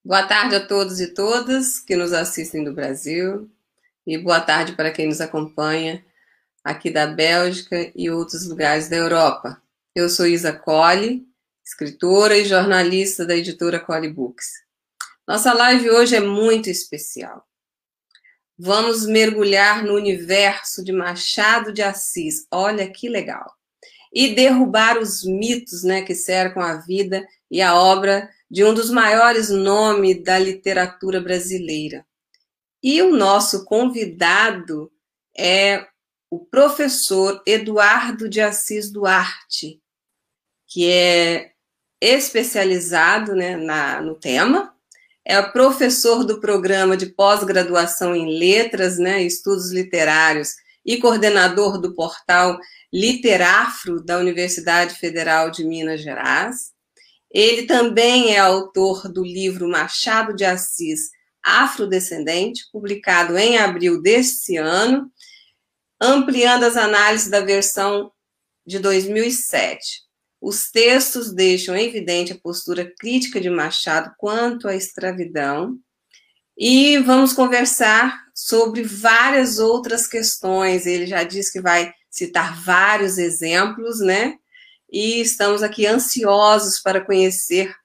Boa tarde a todos e todas que nos assistem do Brasil e boa tarde para quem nos acompanha aqui da Bélgica e outros lugares da Europa. Eu sou Isa Colli, escritora e jornalista da editora Colli Books. Nossa live hoje é muito especial. Vamos mergulhar no universo de Machado de Assis, olha que legal, e derrubar os mitos, que cercam a vida e a obra de um dos maiores nomes da literatura brasileira. E o nosso convidado é o professor Eduardo de Assis Duarte, que é especializado no tema, é professor do programa de pós-graduação em letras, estudos literários, e coordenador do portal Literafro da Universidade Federal de Minas Gerais. Ele também é autor do livro Machado de Assis, Afrodescendente, publicado em abril deste ano, ampliando as análises da versão de 2007. Os textos deixam evidente a postura crítica de Machado quanto à escravidão, e vamos conversar sobre várias outras questões. Ele já disse que vai citar vários exemplos, e estamos aqui ansiosos para conhecer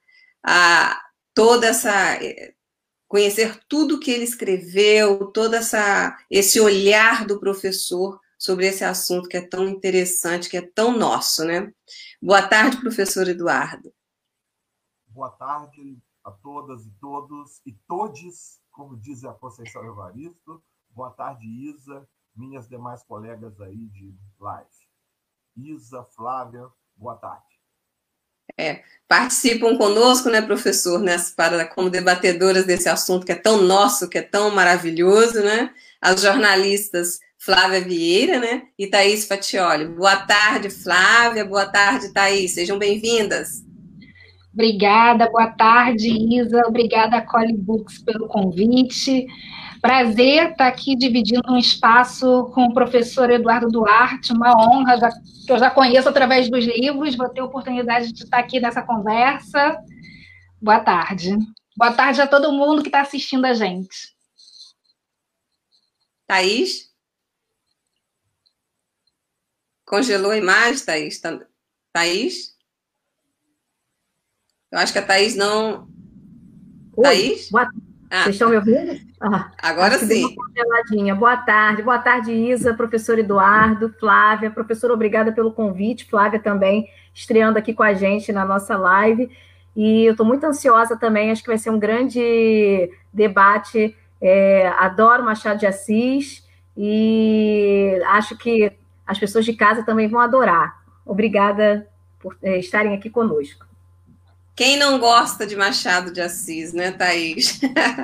conhecer tudo que ele escreveu, esse olhar do professor sobre esse assunto que é tão interessante, que é tão nosso, Boa tarde, professor Eduardo. Boa tarde a todas e todos, e todes, como diz a Conceição Evaristo. Boa tarde, Isa, minhas demais colegas aí de live. Isa, Flávia, boa tarde. Participam conosco, professor, como debatedoras desse assunto que é tão nosso, que é tão maravilhoso, as jornalistas Flávia Vieira, e Thaís Fatioli. Boa tarde, Flávia, boa tarde, Thaís, sejam bem-vindas. Obrigada, boa tarde, Isa, obrigada, Colli Books, pelo convite. Prazer estar aqui dividindo um espaço com o professor Eduardo Duarte, uma honra, que eu já conheço através dos livros, vou ter a oportunidade de estar aqui nessa conversa. Boa tarde. Boa tarde a todo mundo que está assistindo a gente. Thaís? Congelou a imagem, Thaís? Thaís? Eu acho que a Thaís não... Oi, Thaís? Vocês estão me ouvindo? Agora sim. Boa tarde, Isa, professor Eduardo, Flávia. Professor, obrigada pelo convite. Flávia também estreando aqui com a gente na nossa live. E eu estou muito ansiosa também, acho que vai ser um grande debate. Adoro Machado de Assis e acho que as pessoas de casa também vão adorar. Obrigada por estarem aqui conosco. Quem não gosta de Machado de Assis, Thaís?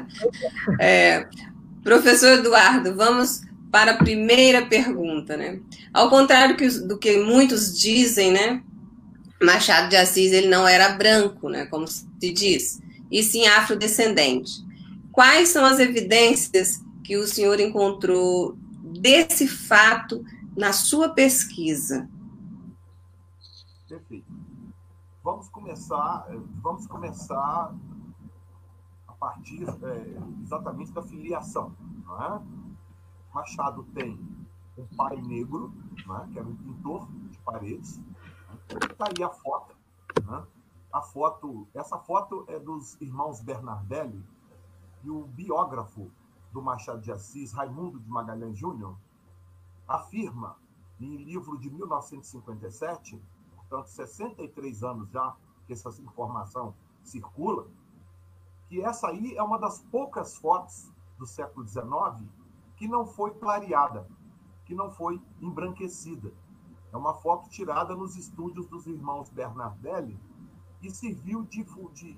Professor Eduardo, vamos para a primeira pergunta, Ao contrário do que muitos dizem, Machado de Assis ele não era branco, como se diz, e sim afrodescendente. Quais são as evidências que o senhor encontrou desse fato na sua pesquisa? Perfeito. Vamos começar a partir exatamente da filiação. Não é? Machado tem um pai negro, não é? Que era um pintor de paredes. Está aí a foto. Não é? Essa foto é dos irmãos Bernardelli, e o biógrafo do Machado de Assis, Raimundo de Magalhães Júnior, afirma, em livro de 1957, portanto, 63 anos já que essa informação circula, que essa aí é uma das poucas fotos do século XIX que não foi clareada, que não foi embranquecida. É uma foto tirada nos estúdios dos irmãos Bernardelli e serviu de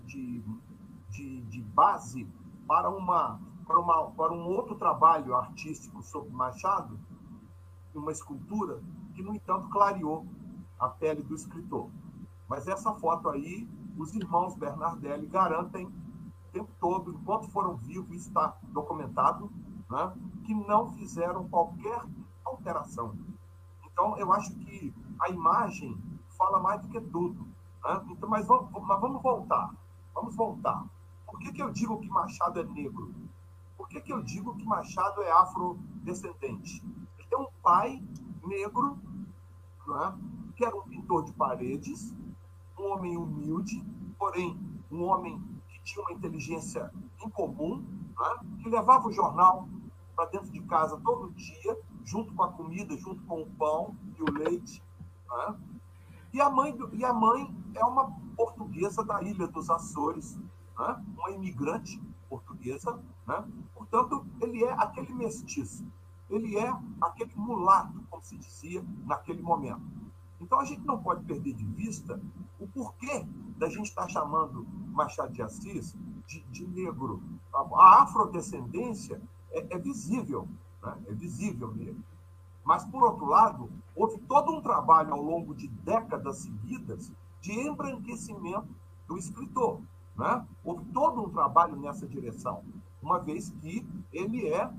base para um outro trabalho artístico sobre Machado, uma escultura que, no entanto, clareou a pele do escritor. Mas essa foto aí, os irmãos Bernardelli garantem o tempo todo, enquanto foram vivos, isso está documentado, né, que não fizeram qualquer alteração. Então, eu acho que a imagem fala mais do que tudo. Né? Então, mas vamos voltar. Vamos voltar. Por que eu digo que Machado é negro? Por que eu digo que Machado é afrodescendente? Ele tem um pai negro, né, que era um pintor de paredes, um homem humilde, porém um homem que tinha uma inteligência incomum, né, que levava o jornal para dentro de casa todo dia, junto com a comida, junto com o pão e o leite. Né? E a mãe é uma portuguesa da Ilha dos Açores, né? Uma imigrante portuguesa. Né? Portanto, ele é aquele mestiço, ele é aquele mulato, como se dizia naquele momento. Então, a gente não pode perder de vista o porquê da gente estar chamando Machado de Assis de negro. A afrodescendência é visível, né? É visível nele. Mas, por outro lado, houve todo um trabalho ao longo de décadas seguidas de embranquecimento do escritor. Né? Houve todo um trabalho nessa direção, uma vez que ele é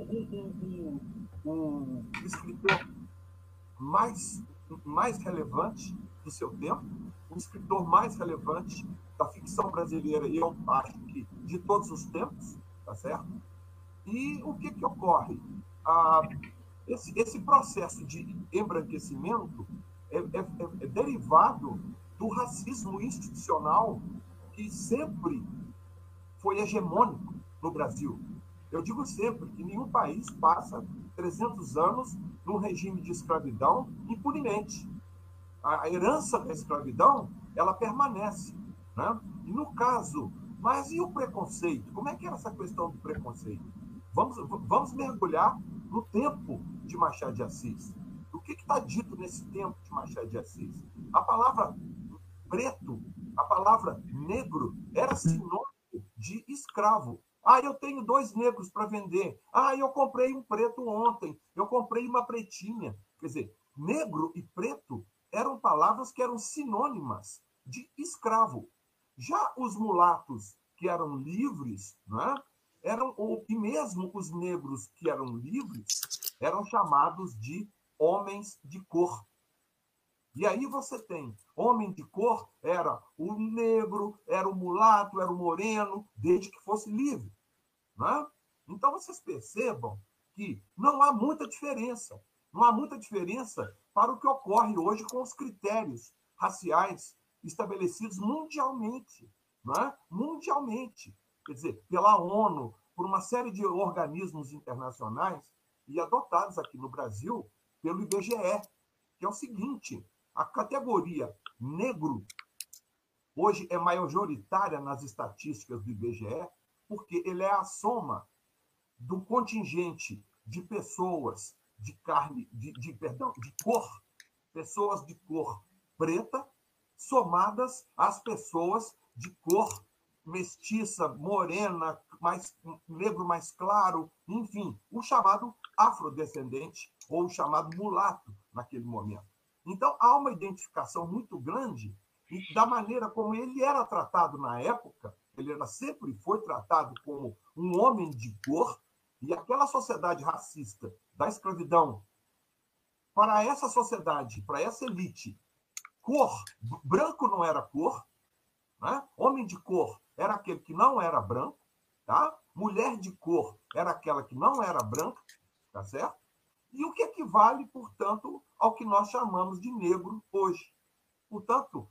um escritor mais relevante do seu tempo, o escritor mais relevante da ficção brasileira, e eu acho que de todos os tempos, tá certo? E o que ocorre? Esse processo de embranquecimento é derivado do racismo institucional que sempre foi hegemônico no Brasil. Eu digo sempre que nenhum país passa 300 anos num regime de escravidão impunemente. A herança da escravidão, ela permanece. Né? E no caso, mas e o preconceito? Como é que era essa questão do preconceito? Vamos mergulhar no tempo de Machado de Assis. O que está dito nesse tempo de Machado de Assis? A palavra preto, a palavra negro, era sinônimo de escravo. Eu tenho 2 negros para vender. Eu comprei um preto ontem. Eu comprei uma pretinha. Quer dizer, negro e preto eram palavras que eram sinônimas de escravo. Já os mulatos, que eram livres, né, e mesmo os negros que eram livres, eram chamados de homens de cor. E aí você tem, homem de cor era o negro, era o mulato, era o moreno, desde que fosse livre. Né? Então vocês percebam que não há muita diferença. Não há muita diferença para o que ocorre hoje com os critérios raciais estabelecidos mundialmente. Né? Mundialmente. Quer dizer, pela ONU, por uma série de organismos internacionais e adotados aqui no Brasil pelo IBGE, que é o seguinte: a categoria negro hoje é majoritária nas estatísticas do IBGE porque ele é a soma do contingente de pessoas de cor, pessoas de cor preta, somadas às pessoas de cor mestiça, morena, negro mais claro, enfim, o chamado afrodescendente ou o chamado mulato naquele momento. Então, há uma identificação muito grande da maneira como ele era tratado na época. Ele sempre foi tratado como um homem de cor, e aquela sociedade racista da escravidão, para essa sociedade, para essa elite, cor, branco não era cor, né? Homem de cor era aquele que não era branco, tá? Mulher de cor era aquela que não era branca, tá certo? E o que equivale, portanto, ao que nós chamamos de negro hoje. Portanto,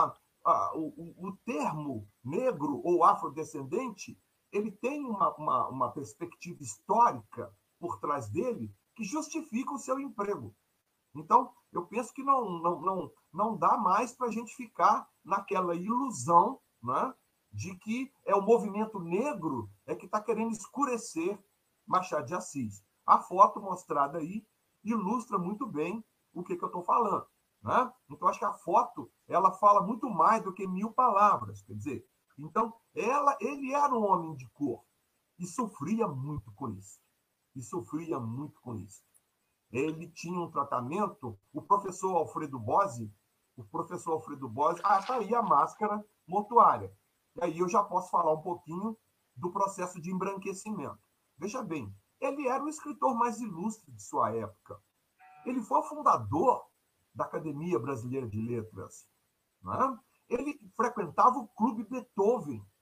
o termo negro ou afrodescendente, ele tem uma perspectiva histórica por trás dele que justifica o seu emprego. Então, eu penso que não dá mais para a gente ficar naquela ilusão, né, de que é o movimento negro que está querendo escurecer Machado de Assis. A foto mostrada aí ilustra muito bem o que eu estou falando. Né? Então, acho que a foto ela fala muito mais do que 1000 palavras. Quer dizer, então, ele era um homem de cor e sofria muito com isso. Ele tinha um tratamento, o professor Alfredo Bozzi, tá aí a máscara mortuária. E aí eu já posso falar um pouquinho do processo de embranquecimento. Veja bem, ele era o escritor mais ilustre de sua época. Ele foi o fundador da Academia Brasileira de Letras. Né? Ele frequentava o Clube Beethoven.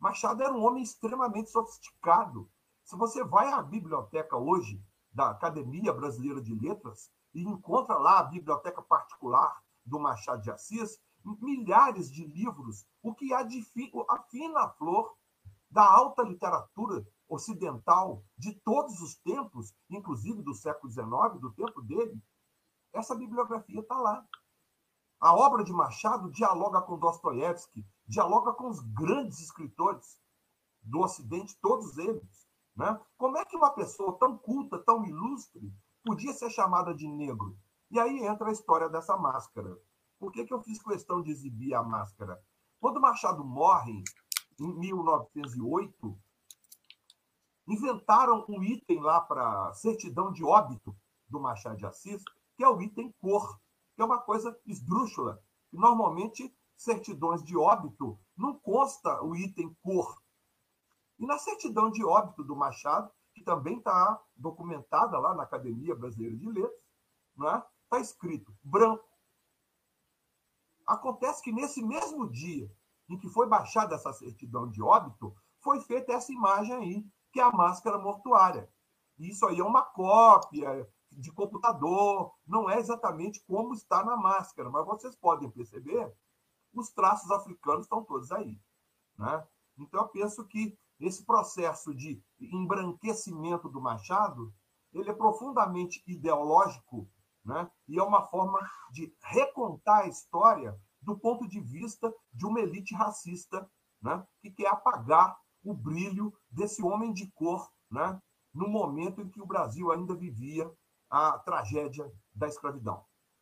Machado era um homem extremamente sofisticado. Se você vai à biblioteca hoje da Academia Brasileira de Letras e encontra lá a biblioteca particular do Machado de Assis, milhares de livros, o que há de a fina flor da alta literatura ocidental de todos os tempos, inclusive do século XIX, do tempo dele, essa bibliografia está lá. A obra de Machado dialoga com Dostoiévski, dialoga com os grandes escritores do Ocidente, todos eles. Né? Como é que uma pessoa tão culta, tão ilustre, podia ser chamada de negro? E aí entra a história dessa máscara. Por que eu fiz questão de exibir a máscara? Quando Machado morre, em 1908, inventaram um item lá para certidão de óbito do Machado de Assis, que é o item cor, que é uma coisa esdrúxula. Normalmente, certidões de óbito não consta o item cor. E na certidão de óbito do Machado, que também está documentada lá na Academia Brasileira de Letras, está escrito branco. Acontece que nesse mesmo dia em que foi baixada essa certidão de óbito, foi feita essa imagem aí, que é a máscara mortuária. Isso aí é uma cópia de computador, não é exatamente como está na máscara, mas vocês podem perceber, os traços africanos estão todos aí. Né? Então, eu penso que esse processo de embranquecimento do Machado, ele é profundamente ideológico, né? E é uma forma de recontar a história do ponto de vista de uma elite racista, né? Que quer apagar o brilho desse homem de cor, né? No momento em que o Brasil ainda vivia a tragédia da escravidão.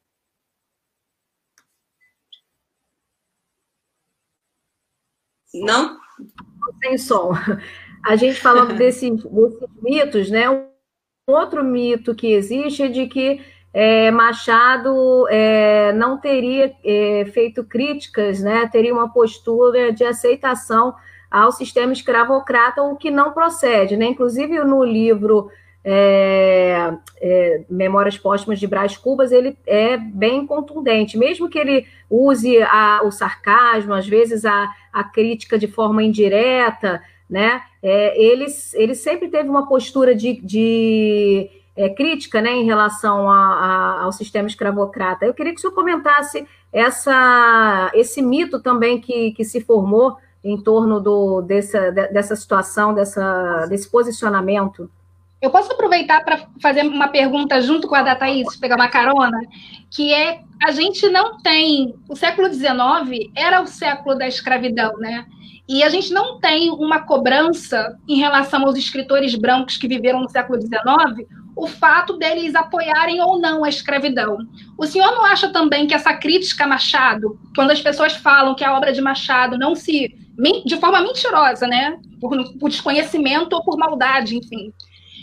Não? Sem som. A gente falando desses mitos, né? Um outro mito que existe é de que Machado não teria feito críticas, né? Teria uma postura de aceitação ao sistema escravocrata, o que não procede, né? Inclusive no livro Memórias Póstumas de Brás Cubas, ele é bem contundente, mesmo que ele use o sarcasmo, às vezes a crítica de forma indireta, né? Ele sempre teve uma postura de crítica, né, em relação ao sistema escravocrata. Eu queria que o senhor comentasse esse mito também que se formou em torno dessa situação, desse posicionamento. Eu posso aproveitar para fazer uma pergunta junto com a da Thaís, pegar uma carona, que a gente não tem... O século XIX era o século da escravidão, né? E a gente não tem uma cobrança em relação aos escritores brancos que viveram no século XIX, o fato deles apoiarem ou não a escravidão. O senhor não acha também que essa crítica a Machado, quando as pessoas falam que a obra de Machado não se... de forma mentirosa, né? Por desconhecimento ou por maldade, enfim...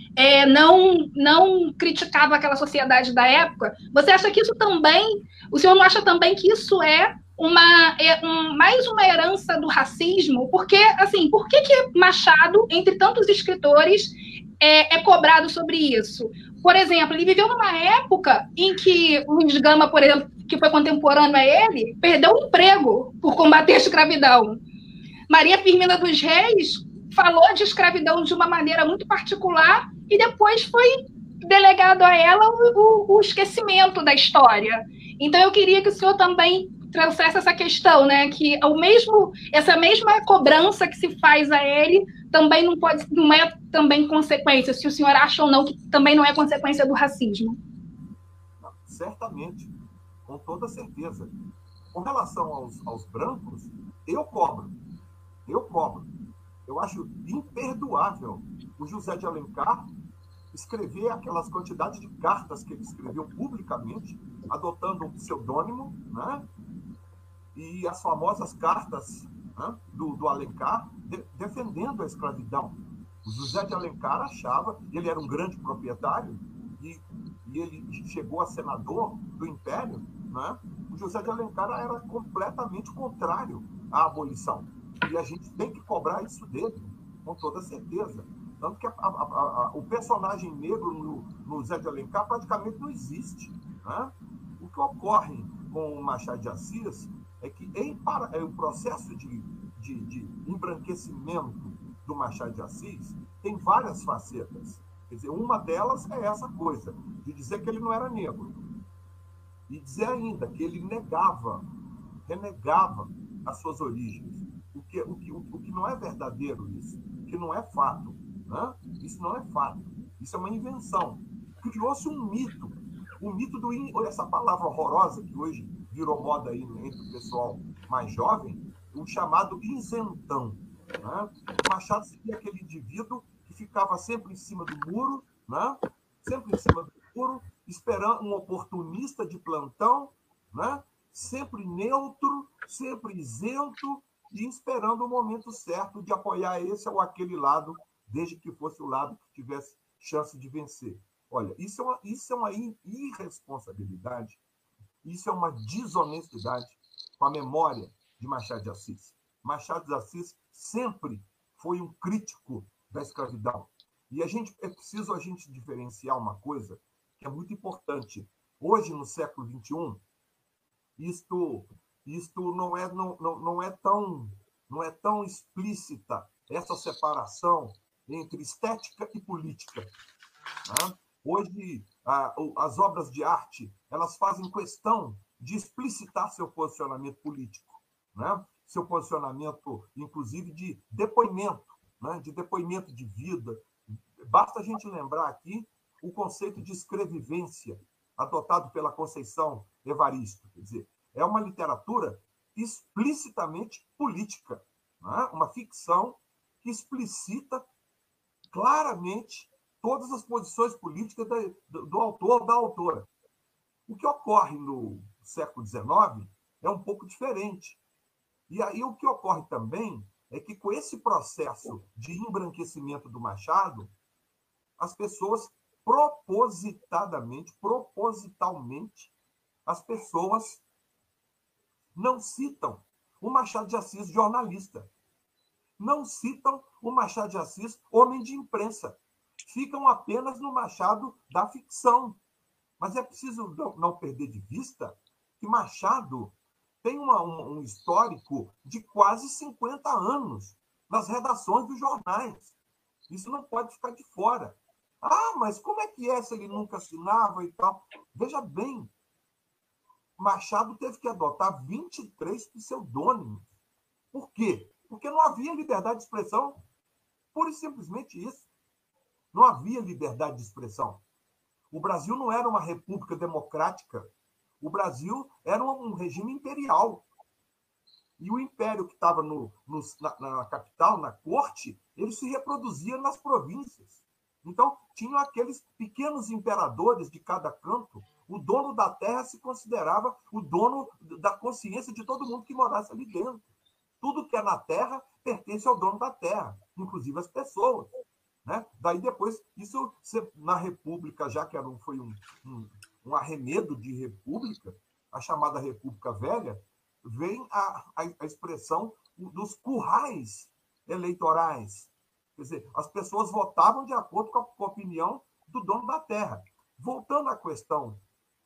não criticava aquela sociedade da época, você acha que isso também... O senhor não acha também que isso é mais uma herança do racismo? Porque, assim, por que Machado, entre tantos escritores, é cobrado sobre isso? Por exemplo, ele viveu numa época em que Luiz Gama, por exemplo, que foi contemporâneo a ele, perdeu o emprego por combater a escravidão. Maria Firmina dos Reis falou de escravidão de uma maneira muito particular e depois foi delegado a ela o esquecimento da história. Então, eu queria que o senhor também trouxesse essa questão, né? Que essa mesma cobrança que se faz a ele também não é também consequência, se o senhor acha ou não que também não é consequência do racismo. Não, certamente, com toda certeza. Com relação aos brancos, eu cobro. Eu acho imperdoável o José de Alencar escrever aquelas quantidades de cartas que ele escreveu publicamente, adotando um pseudônimo, né? E as famosas cartas, né, do Alencar defendendo a escravidão. O José de Alencar achava, ele era um grande proprietário, e ele chegou a senador do Império, né? O José de Alencar era completamente contrário à abolição. E a gente tem que cobrar isso dele, com toda certeza. Tanto que o personagem negro no Zé de Alencar praticamente não existe. Né? O que ocorre com o Machado de Assis é que o processo de de embranquecimento do Machado de Assis tem várias facetas. Quer dizer, uma delas é essa coisa, de dizer que ele não era negro. E dizer ainda que ele renegava as suas origens. O que não é verdadeiro isso, o que não é fato. Né? Isso não é fato, isso é uma invenção. Criou-se um mito. O mito essa palavra horrorosa que hoje virou moda aí entre o pessoal mais jovem, o chamado isentão. Né? O Machado seria aquele indivíduo que ficava sempre em cima do muro, né? Sempre em cima do muro, esperando um oportunista de plantão, né? Sempre neutro, sempre isento e esperando o momento certo de apoiar esse ou aquele lado, desde que fosse o lado que tivesse chance de vencer. Olha, isso é uma irresponsabilidade, isso é uma desonestidade com a memória de Machado de Assis. Machado de Assis sempre foi um crítico da escravidão. E é preciso a gente diferenciar uma coisa que é muito importante. Hoje, no século XXI, isto não é tão explícita essa separação entre estética e política. Né? Hoje, as obras de arte elas fazem questão de explicitar seu posicionamento político, né? Seu posicionamento, inclusive, de depoimento, né? De depoimento de vida. Basta a gente lembrar aqui o conceito de escrevivência adotado pela Conceição Evaristo. Quer dizer, é uma literatura explicitamente política, né? Uma ficção que explicita claramente todas as posições políticas do autor ou da autora. O que ocorre no século XIX é um pouco diferente. E aí o que ocorre também é que, com esse processo de embranquecimento do Machado, as pessoas propositalmente, as pessoas não citam o Machado de Assis jornalista. Não citam o Machado de Assis homem de imprensa. Ficam apenas no Machado da ficção. Mas é preciso não perder de vista que Machado tem um histórico de quase 50 anos nas redações dos jornais. Isso não pode ficar de fora. Ah, mas como é que é se ele nunca assinava e tal? Veja bem, Machado teve que adotar 23 pseudônimos. Por quê? Porque não havia liberdade de expressão. Pura e simplesmente isso. Não havia liberdade de expressão. O Brasil não era uma república democrática. O Brasil era um regime imperial. E o império que estava na capital, na corte, ele se reproduzia nas províncias. Então, tinham aqueles pequenos imperadores de cada canto. O dono da terra se considerava o dono da consciência de todo mundo que morasse ali dentro. Tudo que é na terra pertence ao dono da terra, inclusive as pessoas. Né? Daí depois, isso na República, já que foi um arremedo de república, a chamada República Velha, vem a expressão dos currais eleitorais. Quer dizer, as pessoas votavam de acordo com a opinião do dono da terra. Voltando à questão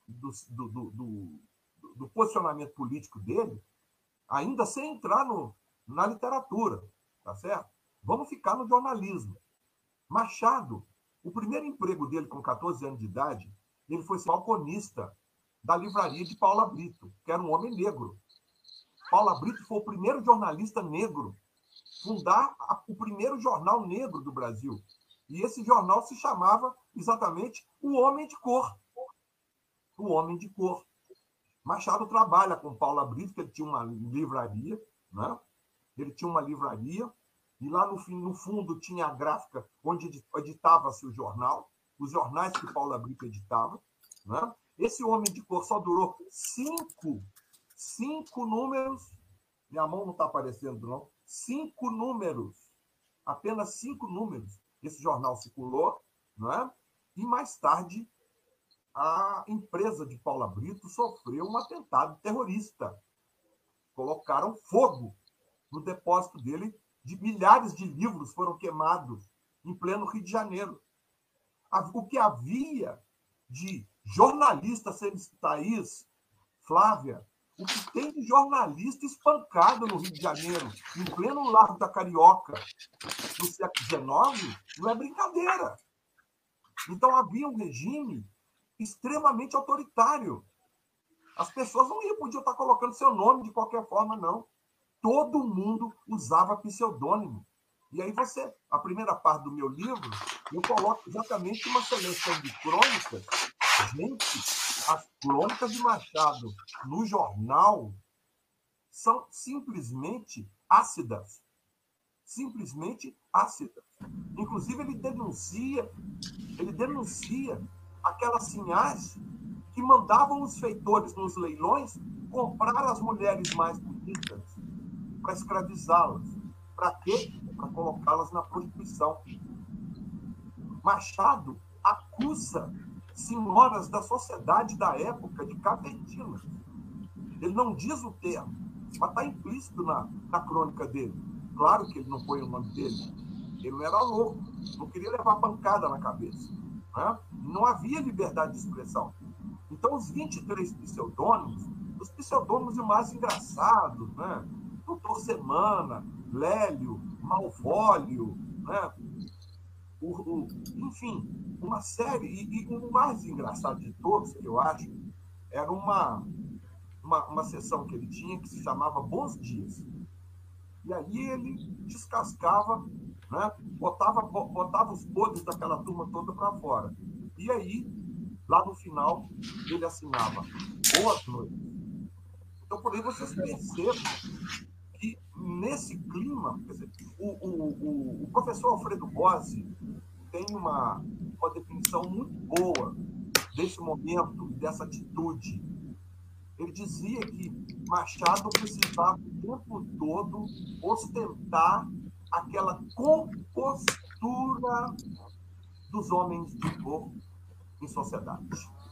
do posicionamento político dele, ainda sem entrar na literatura, tá certo? Vamos ficar no jornalismo. Machado, o primeiro emprego dele com 14 anos de idade, ele foi ser balconista da livraria de Paula Brito, que era um homem negro. Paula Brito foi o primeiro jornalista negro, fundar o primeiro jornal negro do Brasil. E esse jornal se chamava exatamente O Homem de Cor. O Homem de Cor. Machado trabalha com Paula Brito, que ele tinha uma livraria, né? Ele tinha uma livraria, e lá no fundo tinha a gráfica onde editava-se o jornal, os jornais que Paula Brito editava. Né? Esse Homem de Cor só durou 5 números. Minha mão não está aparecendo, não. 5 números. Apenas 5 números. Esse jornal circulou, né? E mais tarde a empresa de Paula Brito sofreu um atentado terrorista. Colocaram fogo no depósito dele, de milhares de livros foram queimados em pleno Rio de Janeiro. O que havia de jornalistas, Thaís, Flávia, O que tem de jornalista espancado no Rio de Janeiro, em pleno Largo da Carioca, no século XIX, não é brincadeira. Então havia um regime extremamente autoritário. As pessoas não podiam estar colocando seu nome de qualquer forma, não. Todo mundo usava pseudônimo. E aí a primeira parte do meu livro, eu coloco exatamente uma seleção de crônicas. Gente, as crônicas de Machado no jornal são simplesmente ácidas. Simplesmente ácidas. Inclusive, ele denuncia aquelas sinhás que mandavam os feitores nos leilões comprar as mulheres mais bonitas para escravizá-las. Para quê? Para colocá-las na prostituição. Machado acusa senhoras da sociedade da época de caverdinas. Ele não diz o termo, mas está implícito na crônica dele. Claro que ele não põe o nome dele. Ele não era louco, não queria levar pancada na cabeça. Né? Não havia liberdade de expressão. Então, os 23 pseudônimos, os pseudônimos mais engraçados, né? Doutor Semana, Lélio, Malvolio, né? Enfim, uma série. E o mais engraçado de todos, que eu acho, era uma sessão que ele tinha que se chamava Bons Dias. E aí ele descascava, né? botava os podres daquela turma toda para fora. E aí, lá no final, ele assinava Boas Noites. Então, por aí vocês percebem que, nesse clima, quer dizer, o professor Alfredo Bossi tem uma definição muito boa desse momento, dessa atitude. Ele dizia que Machado precisava o tempo todo ostentar aquela compostura dos homens de cor em sociedade.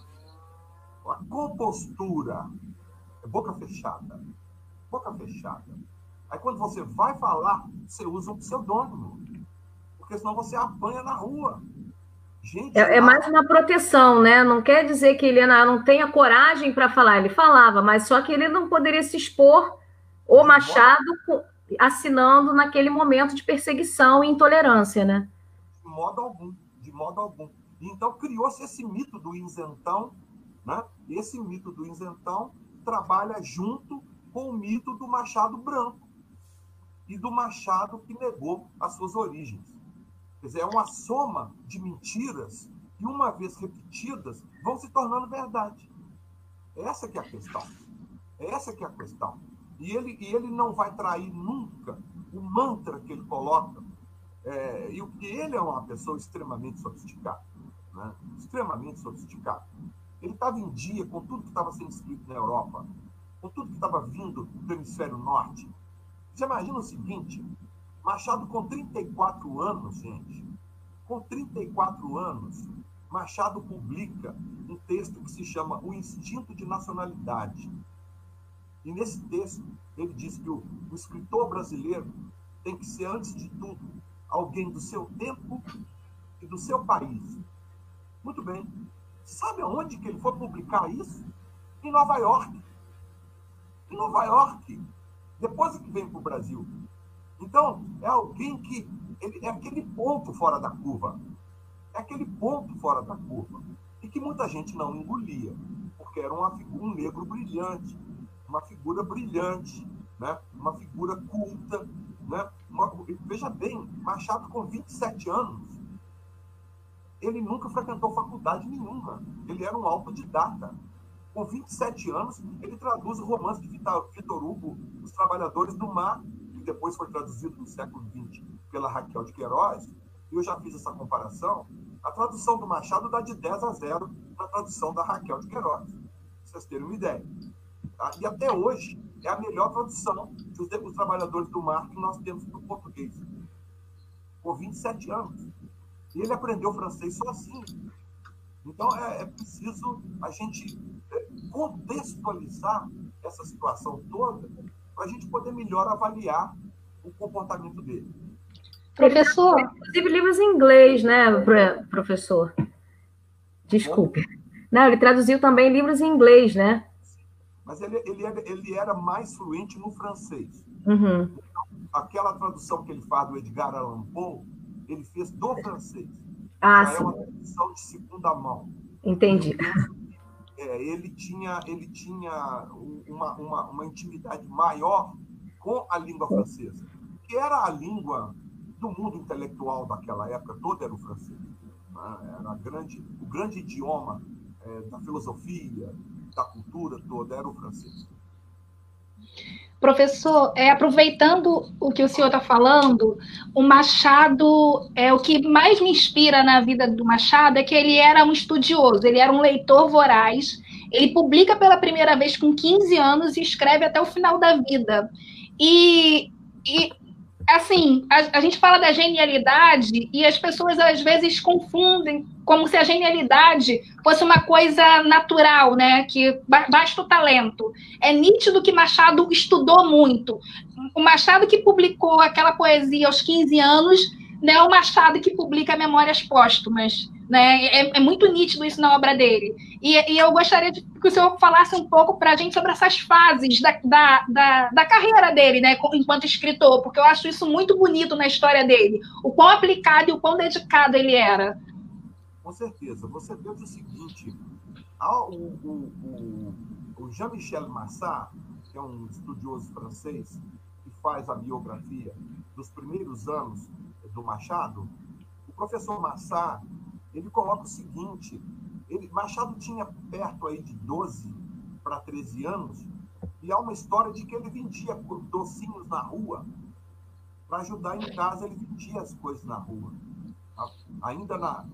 A compostura é boca fechada. Boca fechada. Aí quando você vai falar, você usa um pseudônimo. Porque senão você apanha na rua. Gente, é mais uma proteção, né? Não quer dizer que ele não tenha coragem para falar. Ele falava, mas só que ele não poderia se expor o Machado assinando naquele momento de perseguição e intolerância, né? De modo algum, de modo algum. Então criou-se esse mito do isentão, né? Esse mito do isentão trabalha junto com o mito do Machado branco e do Machado que negou as suas origens. Quer dizer, é uma soma de mentiras que, uma vez repetidas, vão se tornando verdade. Essa que é a questão. Essa que é a questão. E ele não vai trair nunca o mantra que ele coloca. E o que ele é uma pessoa extremamente sofisticada. Né? Extremamente sofisticada. Ele estava em dia com tudo que estava sendo escrito na Europa, com tudo que estava vindo do hemisfério norte. Você imagina o seguinte... Machado, com 34 anos, gente, com 34 anos, Machado publica um texto que se chama O Instinto de Nacionalidade. E nesse texto, ele diz que o escritor brasileiro tem que ser, antes de tudo, alguém do seu tempo e do seu país. Muito bem. Sabe aonde que ele foi publicar isso? Em Nova York. Em Nova York. Depois é que vem para o Brasil. Então, é alguém que... é aquele ponto fora da curva. É aquele ponto fora da curva. E que muita gente não engolia, porque era um negro brilhante, uma figura brilhante, né? Uma figura culta. Né? Veja bem, Machado, com 27 anos, ele nunca frequentou faculdade nenhuma. Ele era um autodidata. Com 27 anos, ele traduz o romance de Vitor Hugo, Os Trabalhadores do Mar, que depois foi traduzido no século XX pela Raquel de Queiroz, e eu já fiz essa comparação. A tradução do Machado dá de 10-0 na tradução da Raquel de Queiroz, pra vocês terem uma ideia. Tá? E até hoje é a melhor tradução dos Trabalhadores do Mar que nós temos para o português. Com 27 anos. E ele aprendeu francês sozinho. Então é preciso a gente contextualizar essa situação toda para a gente poder melhor avaliar o comportamento dele. Professor... Inclusive livros em inglês, né, professor? Desculpe. Não, ele traduziu também livros em inglês, né? mas ele era mais fluente no francês. Uhum. Aquela tradução que ele faz do Edgar Allan Poe, ele fez do francês. Já é uma tradução de segunda mão. Entendi. Ele tinha uma intimidade maior com a língua francesa, que era a língua do mundo intelectual daquela época, todo era o francês. Era o grande idioma da filosofia, da cultura toda, era o francês. Professor, aproveitando o que o senhor está falando, o Machado, o que mais me inspira na vida do Machado é que ele era um estudioso, ele era um leitor voraz, ele publica pela primeira vez com 15 anos e escreve até o final da vida. E assim, a gente fala da genialidade e as pessoas às vezes confundem como se a genialidade fosse uma coisa natural, né? Que basta o talento. É nítido que Machado estudou muito. O Machado que publicou aquela poesia aos 15 anos não é o Machado que publica Memórias Póstumas. Né? É muito nítido isso na obra dele. E eu gostaria que o senhor falasse um pouco para a gente sobre essas fases da carreira dele, né, enquanto escritor, porque eu acho isso muito bonito na história dele, o quão aplicado e o quão dedicado ele era. Com certeza. Você vê o seguinte, o Jean-Michel Massat, que é um estudioso francês, que faz a biografia dos primeiros anos do Machado, o professor Massat, ele coloca o seguinte, Machado tinha perto aí de 12 para 13 anos, e há uma história de que ele vendia docinhos na rua, para ajudar em casa, ele vendia as coisas na rua. Ainda na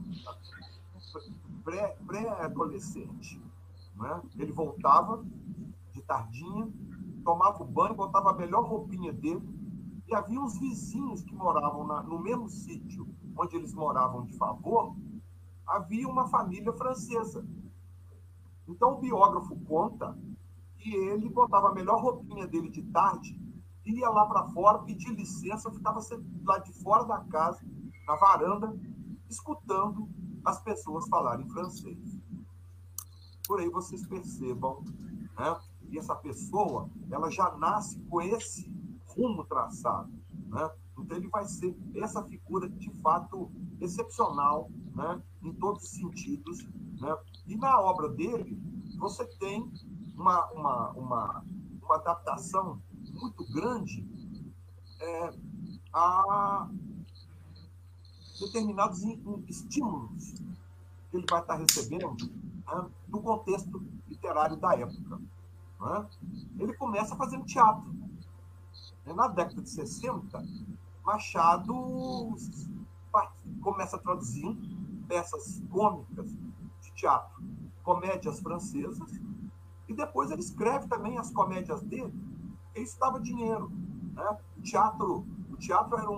pré-adolescente. Né? Ele voltava de tardinha, tomava o banho, botava a melhor roupinha dele, e havia uns vizinhos que moravam no mesmo sítio onde eles moravam de favor, havia uma família francesa. Então, o biógrafo conta que ele botava a melhor roupinha dele de tarde, ia lá para fora, pedia licença, ficava lá de fora da casa, na varanda, escutando as pessoas falarem francês. Por aí vocês percebam, né? E essa pessoa, ela já nasce com esse rumo traçado, né? Então, ele vai ser essa figura, de fato, excepcional, né? Em todos os sentidos, né? E na obra dele, você tem uma adaptação muito grande a determinados estímulos que ele vai estar recebendo, né? Do contexto literário da época. Né? Ele começa fazendo teatro. Na década de 60, Machado começa traduzindo peças cômicas de teatro, comédias francesas, e depois ele escreve também as comédias dele, porque isso dava dinheiro. Né? O teatro era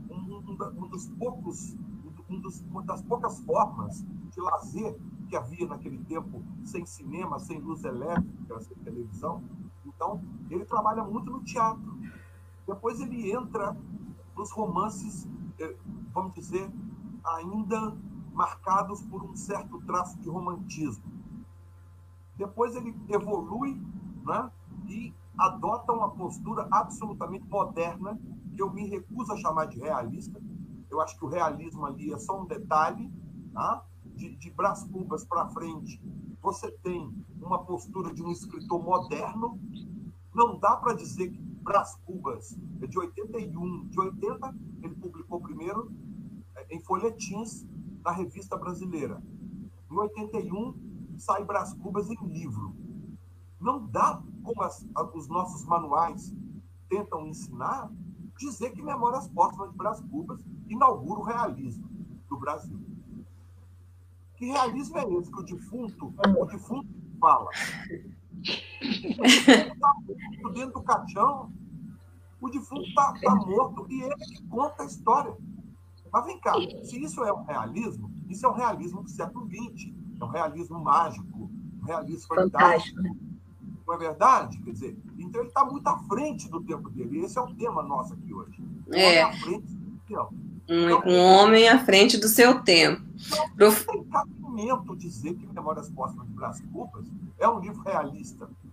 uma das poucas formas de lazer que havia naquele tempo, sem cinema, sem luz elétrica, sem televisão. Então, ele trabalha muito no teatro. Depois ele entra nos romances, vamos dizer, ainda marcados por um certo traço de romantismo. Depois ele evolui, né, e adota uma postura absolutamente moderna, que eu me recuso a chamar de realista. Eu acho que o realismo ali é só um detalhe. Tá? De Brás Cubas para frente, você tem uma postura de um escritor moderno. Não dá para dizer que Brás Cubas é de 81, de 80, ele publicou primeiro em folhetins na Revista Brasileira. Em 81, sai Brás Cubas em livro. Não dá, como os nossos manuais tentam ensinar, dizer que Memórias Póstumas de Brás Cubas inaugura o realismo do Brasil. Que realismo é esse que o defunto fala? O defunto está morto dentro do caixão, o defunto está morto e ele que conta a história. Mas vem cá, se isso é um realismo, isso é um realismo do século XX, é um realismo mágico, um realismo fantástico. Não é verdade? Quer dizer, então ele está muito à frente do tempo dele. Esse é o tema nosso aqui hoje. À frente do tempo. Um homem à frente do seu tempo. Não tem cabimento dizer que Memórias Póstumas de Brás Cubas é um livro realista.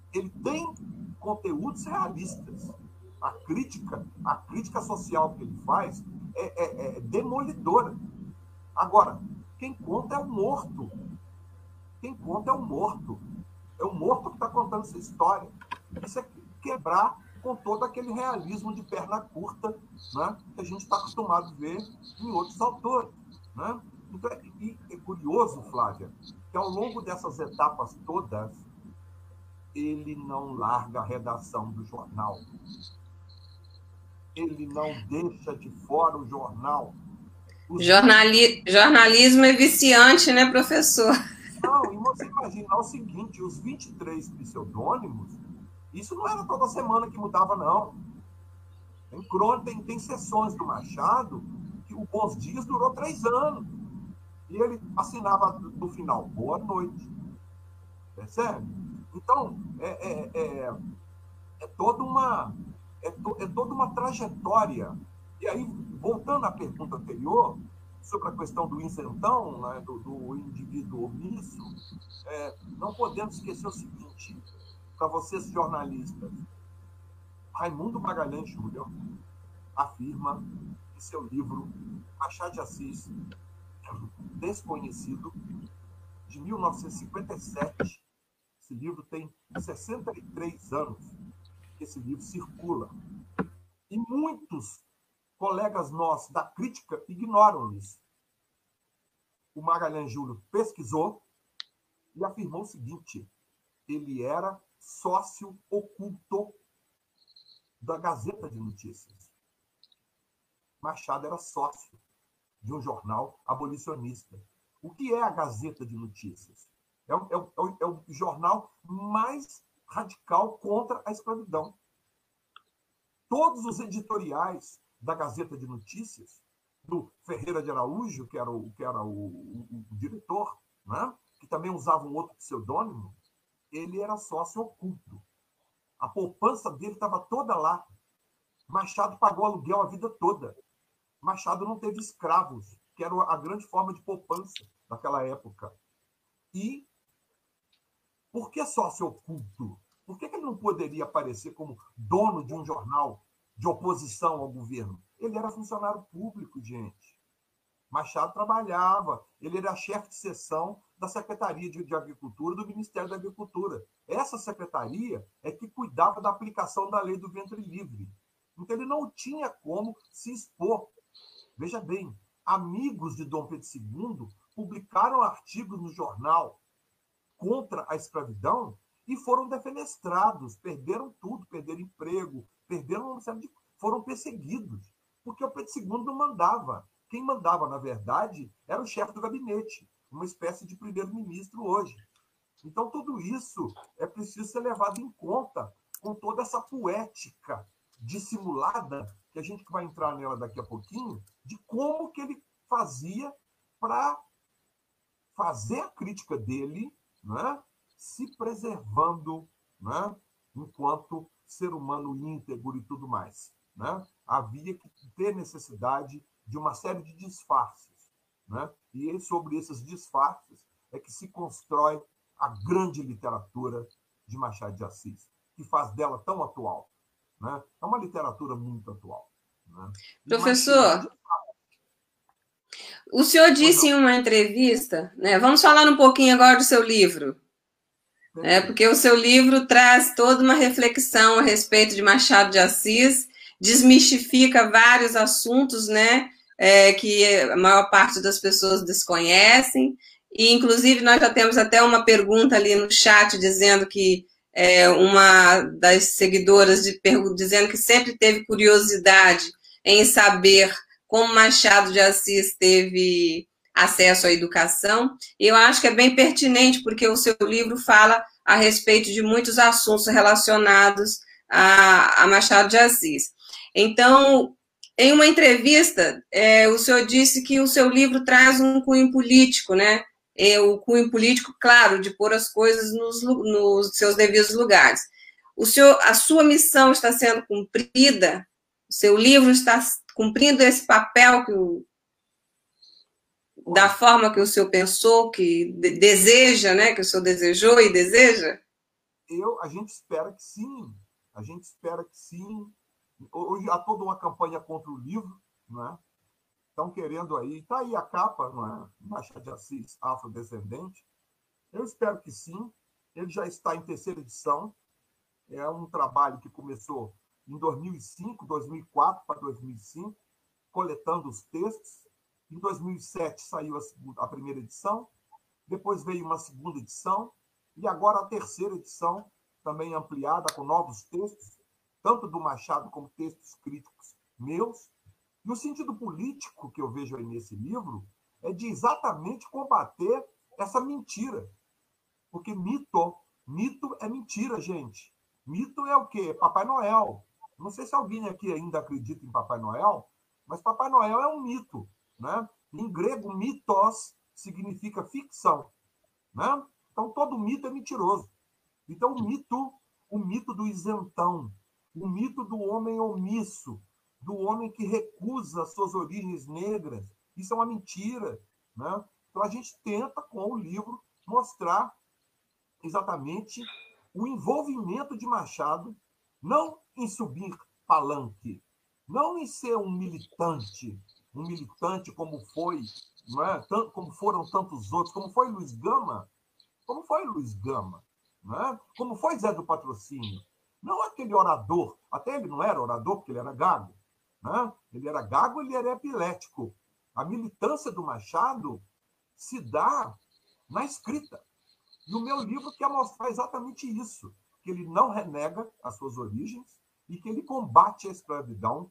ele tem conteúdos realistas. A crítica social que ele faz é demolidora. Agora, quem conta é o morto. Quem conta é o morto. É o morto que está contando essa história. Isso é quebrar com todo aquele realismo de perna curta, né, que a gente está acostumado a ver em outros autores. Né? Então, é curioso, Flávia, que ao longo dessas etapas todas, ele não larga a redação do jornal. Ele não deixa de fora o jornal. Jornalismo é viciante, né, professor? Não, e você imagina o seguinte, os 23 pseudônimos, isso não era toda semana que mudava, não. Tem sessões do Machado que o Bons Dias durou 3 anos. E ele assinava no final, boa noite. Percebe? Então, é toda uma trajetória. E aí, voltando à pergunta anterior, sobre a questão do isentão, né, do indivíduo omisso, não podemos esquecer o seguinte, para vocês jornalistas, Raimundo Magalhães Júnior afirma em seu livro Machado de Assis, Desconhecido, de 1957, esse livro tem 63 anos que esse livro circula. E muitos colegas nossos da crítica ignoram isso. O Magalhães Júnior pesquisou e afirmou o seguinte: ele era sócio oculto da Gazeta de Notícias. Machado era sócio de um jornal abolicionista. O que é a Gazeta de Notícias? É o jornal mais radical contra a escravidão. Todos os editoriais da Gazeta de Notícias, do Ferreira de Araújo, que era o diretor, né? Que também usava um outro pseudônimo, ele era sócio oculto. A poupança dele estava toda lá. Machado pagou aluguel a vida toda. Machado não teve escravos, que era a grande forma de poupança naquela época. E por que sócio oculto? Por que ele não poderia aparecer como dono de um jornal de oposição ao governo? Ele era funcionário público, gente. Machado trabalhava, ele era chefe de seção da Secretaria de Agricultura do Ministério da Agricultura. Essa secretaria é que cuidava da aplicação da lei do ventre livre. Então ele não tinha como se expor. Veja bem, amigos de Dom Pedro II publicaram artigos no jornal contra a escravidão e foram defenestrados, perderam tudo, perderam emprego, foram perseguidos, porque o Pedro II não mandava. Quem mandava, na verdade, era o chefe do gabinete, uma espécie de primeiro-ministro hoje. Então, tudo isso é preciso ser levado em conta com toda essa poética dissimulada, que a gente vai entrar nela daqui a pouquinho, de como que ele fazia para fazer a crítica dele, né, se preservando, né, enquanto ser humano íntegro e tudo mais. Né? Havia que ter necessidade de uma série de disfarces. Né? E sobre esses disfarces é que se constrói a grande literatura de Machado de Assis, que faz dela tão atual. Né? É uma literatura muito atual. Né? Professor, o senhor disse em uma entrevista, né, vamos falar um pouquinho agora do seu livro, porque o seu livro traz toda uma reflexão a respeito de Machado de Assis, desmistifica vários assuntos, né, que a maior parte das pessoas desconhecem, e inclusive nós já temos até uma pergunta ali no chat dizendo que uma das seguidoras dizendo que sempre teve curiosidade em saber como Machado de Assis teve acesso à educação. Eu acho que é bem pertinente, porque o seu livro fala a respeito de muitos assuntos relacionados a Machado de Assis. Então, em uma entrevista, o senhor disse que o seu livro traz um cunho político, né? O cunho político, claro, de pôr as coisas nos seus devidos lugares. A sua missão está sendo cumprida? O seu livro está cumprindo esse papel da forma que o senhor pensou, que deseja, né? Que o senhor desejou e deseja? a gente espera que sim. A gente espera que sim. Hoje há toda uma campanha contra o livro, né? Estão querendo aí, está aí a capa, não é? Machado de Assis, afrodescendente. Eu espero que sim. Ele já está em 3ª edição. É um trabalho que começou em 2005, 2004 para 2005, coletando os textos. Em 2007 saiu a 1ª edição. Depois veio uma 2ª edição. E agora a 3ª edição, também ampliada, com novos textos, tanto do Machado como textos críticos meus. E o sentido político que eu vejo aí nesse livro é de exatamente combater essa mentira. Porque mito é mentira, gente. Mito é o quê? Papai Noel. Não sei se alguém aqui ainda acredita em Papai Noel, mas Papai Noel é um mito, né? Em grego, mitos significa ficção, né? Então, todo mito é mentiroso. Então, o mito do isentão, o mito do homem omisso, do homem que recusa suas origens negras, isso é uma mentira, né? Então, a gente tenta, com o livro, mostrar exatamente o envolvimento de Machado, não em subir palanque, não em ser um militante como foi, não é? Como foram tantos outros, como foi Luiz Gama, não é? Como foi Zé do Patrocínio. Não aquele orador, até ele não era orador, porque ele era gago. Né? Ele era gago, ele era epilético. A militância do Machado se dá na escrita. E o meu livro quer mostrar exatamente isso, que ele não renega as suas origens e que ele combate a escravidão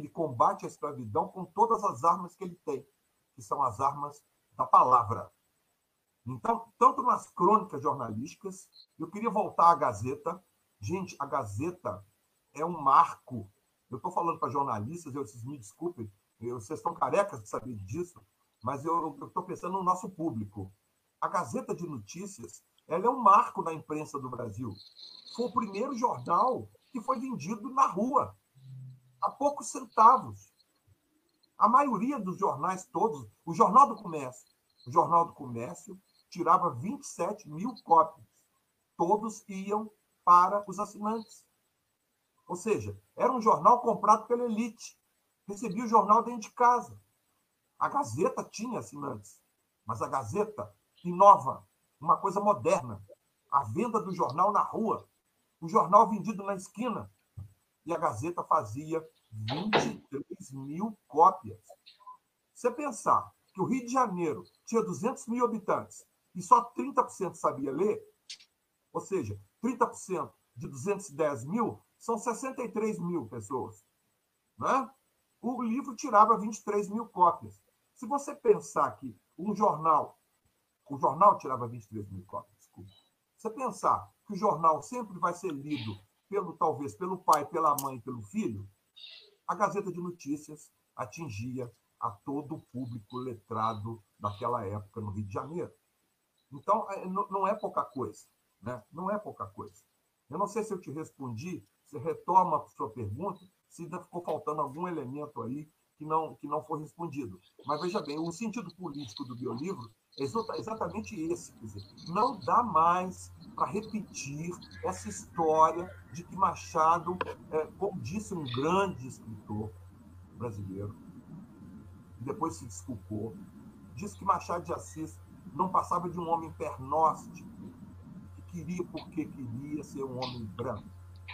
com todas as armas que ele tem, que são as armas da palavra. Então, tanto nas crônicas jornalísticas, eu queria voltar à Gazeta. Gente, a Gazeta é um marco. Eu estou falando para jornalistas, vocês me desculpem, vocês estão carecas de saber disso, mas eu estou pensando no nosso público. A Gazeta de Notícias, ela é um marco na imprensa do Brasil. Foi o primeiro jornal que foi vendido na rua, a poucos centavos. A maioria dos jornais todos, o Jornal do Comércio tirava 27 mil cópias. Todos iam para os assinantes. Ou seja, era um jornal comprado pela elite. Recebia o jornal dentro de casa. A Gazeta tinha assinantes, mas a Gazeta inova, uma coisa moderna. A venda do jornal na rua, o jornal vendido na esquina. E a Gazeta fazia 23 mil cópias. Você pensar que o Rio de Janeiro tinha 200 mil habitantes e só 30% sabia ler, ou seja, 30% de 210 mil são 63 mil pessoas. Né? O livro tirava 23 mil cópias. Se você pensar que o jornal tirava 23 mil cópias, desculpa. Se você pensar que o jornal sempre vai ser lido talvez pelo pai, pela mãe, pelo filho, a Gazeta de Notícias atingia a todo o público letrado daquela época no Rio de Janeiro. Então, não é pouca coisa. Né? Não é pouca coisa. Eu não sei se eu te respondi, você retoma a sua pergunta, se ainda ficou faltando algum elemento aí que não foi respondido. Mas veja bem, o sentido político do meu livro é exatamente esse. Quer dizer, não dá mais para repetir essa história de que Machado, como disse um grande escritor brasileiro, depois se desculpou, disse que Machado de Assis não passava de um homem pernóstico, que queria porque queria ser um homem branco.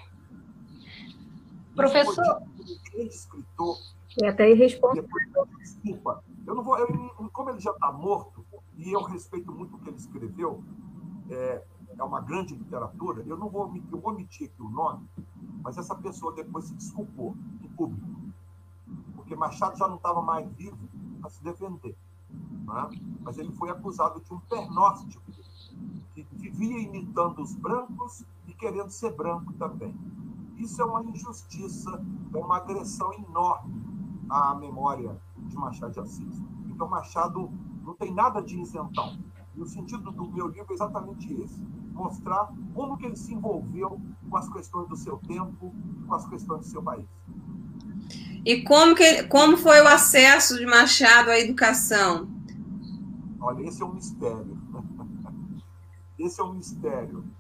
Professor... Um grande escritor. É até irresponsável. Desculpa, como ele já está morto, e eu respeito muito o que ele escreveu, é uma grande literatura, eu vou omitir aqui o nome, mas essa pessoa depois se desculpou em público, porque Machado já não estava mais vivo para se defender. Né? Mas ele foi acusado de um pernóstico, que vivia imitando os brancos e querendo ser branco também. Isso é uma injustiça, é uma agressão enorme à memória de Machado de Assis. Então, Machado não tem nada de isentão. E o sentido do meu livro é exatamente esse: mostrar como que ele se envolveu com as questões do seu tempo, com as questões do seu país. E como foi o acesso de Machado à educação? Olha, esse é um mistério. Esse é um mistério.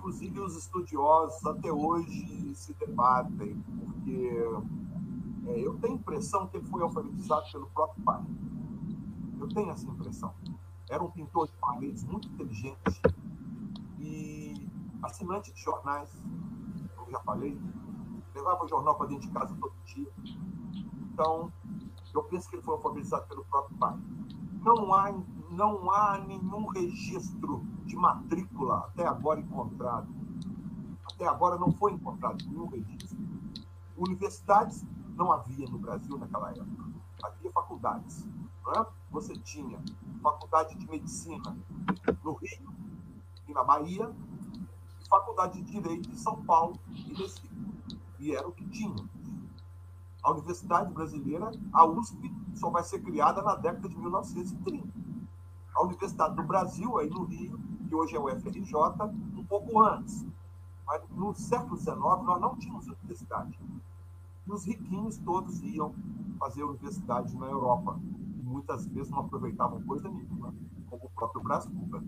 inclusive os estudiosos até hoje se debatem, porque eu tenho a impressão que ele foi alfabetizado pelo próprio pai. Eu tenho essa impressão. Era um pintor de paredes muito inteligente e assinante de jornais, como já falei, levava o jornal para dentro de casa todo dia. Então, eu penso que ele foi alfabetizado pelo próprio pai. Não há nenhum registro de matrícula até agora encontrado. Até agora não foi encontrado nenhum registro. Universidades não havia no Brasil naquela época. Havia faculdades. Não é? Você tinha faculdade de medicina no Rio e na Bahia, e faculdade de direito em São Paulo e Recife. E era o que tinha. A Universidade Brasileira, a USP, só vai ser criada na década de 1930. A Universidade do Brasil, aí no Rio, que hoje é o FRJ, um pouco antes. Mas no século XIX, nós não tínhamos universidade. E os riquinhos todos iam fazer universidade na Europa. E muitas vezes não aproveitavam coisa nenhuma, como o próprio Brasil.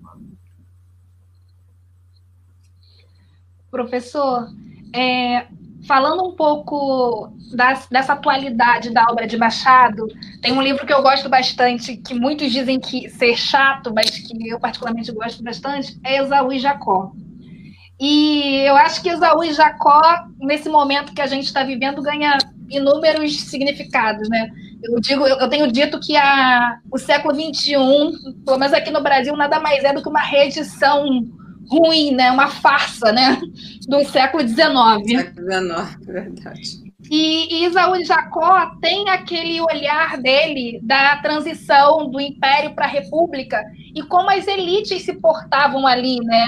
Professor, falando um pouco dessa atualidade da obra de Machado, tem um livro que eu gosto bastante, que muitos dizem que ser chato, mas que eu particularmente gosto bastante, é Esaú e Jacó. E eu acho que Esaú e Jacó, nesse momento que a gente está vivendo, ganha inúmeros significados, né? Eu tenho dito que o século XXI, pelo menos aqui no Brasil, nada mais é do que uma reedição ruim, né? Uma farsa, né? Do século XIX. Século XIX, verdade. E Esaú e Jacó tem aquele olhar dele da transição do Império para a República e como as elites se portavam ali, né?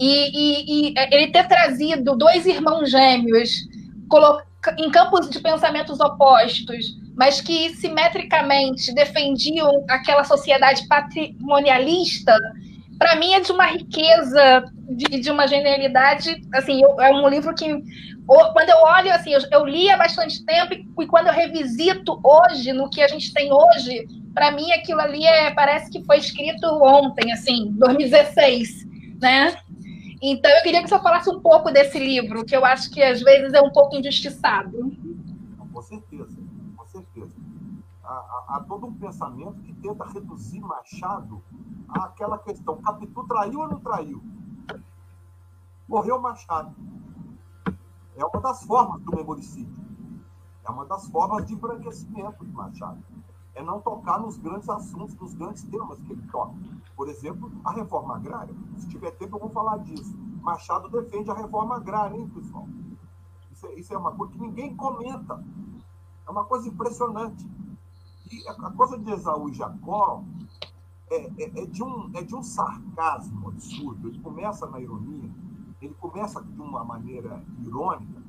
E ele ter trazido dois irmãos gêmeos em campos de pensamentos opostos, mas que simetricamente defendiam aquela sociedade patrimonialista, para mim é de uma riqueza, de uma genialidade. Assim, é um livro que, quando eu olho, assim, eu li há bastante tempo e quando eu revisito hoje, no que a gente tem hoje, para mim aquilo ali parece que foi escrito ontem, assim, 2016, né? Então, eu queria que você falasse um pouco desse livro, que eu acho que, às vezes, é um pouco injustiçado. Com certeza, com certeza. Há todo um pensamento que tenta reduzir Machado àquela questão: Capitu traiu ou não traiu? Morreu Machado. É uma das formas do memoricídio. É uma das formas de embranquecimento de Machado. É não tocar nos grandes assuntos, nos grandes temas que ele toca. Por exemplo, a reforma agrária. Se tiver tempo, eu vou falar disso. Machado defende a reforma agrária, hein, pessoal? Isso é uma coisa que ninguém comenta. É uma coisa impressionante. E a coisa de Esaú e Jacó é de um sarcasmo absurdo. Ele começa na ironia, ele começa de uma maneira irônica,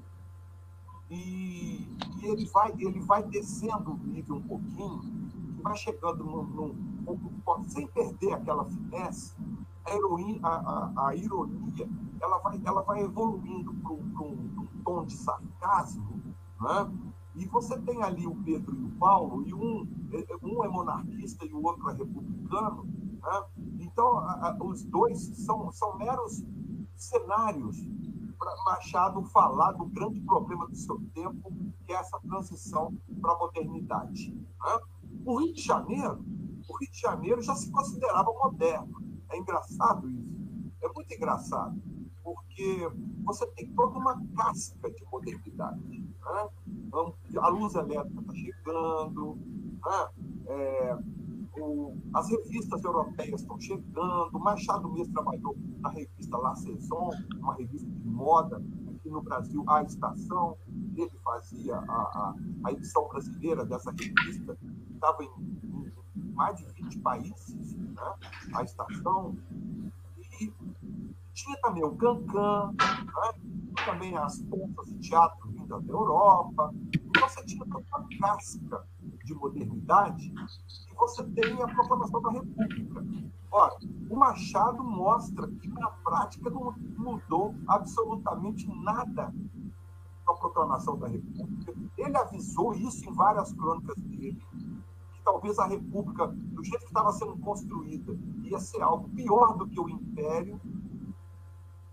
e ele vai descendo o nível um pouquinho, e vai chegando sem perder aquela finesse. A ironia ela vai evoluindo para um tom de sarcasmo, né? E você tem ali o Pedro e o Paulo, e um é monarquista e o outro é republicano, né? Então os dois são meros cenários para Machado falar do grande problema do seu tempo, que é essa transição para a modernidade, né? O Rio de Janeiro já se considerava moderno. É engraçado isso. É muito engraçado, porque você tem toda uma casca de modernidade, né? A luz elétrica está chegando, né? As revistas europeias estão chegando. Machado mesmo trabalhou na revista La Saison, uma revista de moda aqui no Brasil, A Estação. Ele fazia a edição brasileira dessa revista, estava em mais de 20 países, né? A Estação. E tinha também o Cancan, né? Também as peças de teatro vindas da Europa. Então você tinha toda uma casca de modernidade, e você tem a proclamação da República. Ora, o Machado mostra que na prática não mudou absolutamente nada com a proclamação da República. Ele avisou isso em várias crônicas dele, que talvez a República, do jeito que estava sendo construída, ia ser algo pior do que o Império,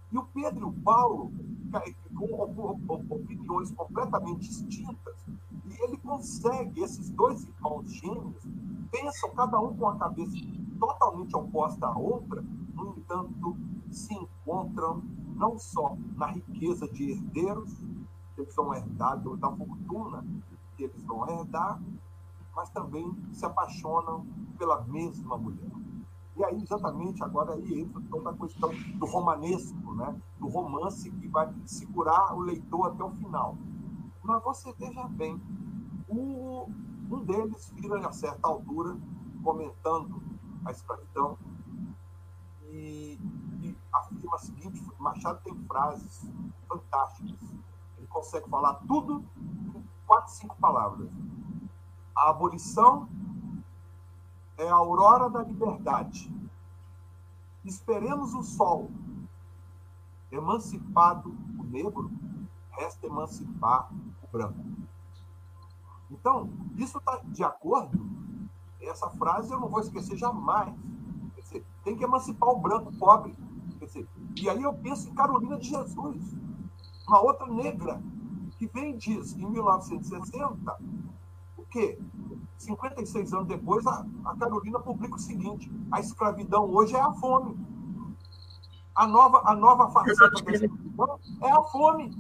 E o Pedro e o Paulo, com opiniões completamente distintas, e ele consegue, esses dois irmãos gêmeos, pensam cada um com a cabeça totalmente oposta à outra, no entanto, se encontram não só na riqueza de herdeiros, que eles vão herdar, da fortuna que eles vão herdar, mas também se apaixonam pela mesma mulher. E aí, exatamente, agora aí entra toda a questão do romanesco, né? Do romance que vai segurar o leitor até o final. Mas você veja bem, um deles vira, a certa altura, comentando a escravidão, e afirma o seguinte: Machado tem frases fantásticas. Ele consegue falar tudo em 4, 5 palavras. A abolição é a aurora da liberdade. Esperemos o sol. Emancipado o negro, resta emancipar o branco. Então, isso está de acordo. Essa frase eu não vou esquecer jamais. Quer dizer, tem que emancipar o branco pobre. Quer dizer, e aí eu penso em Carolina de Jesus, uma outra negra, que vem e diz, em 1960, o quê? 56 anos depois, a Carolina publica o seguinte: a escravidão hoje é a fome. A nova faceta da escravidão é a fome.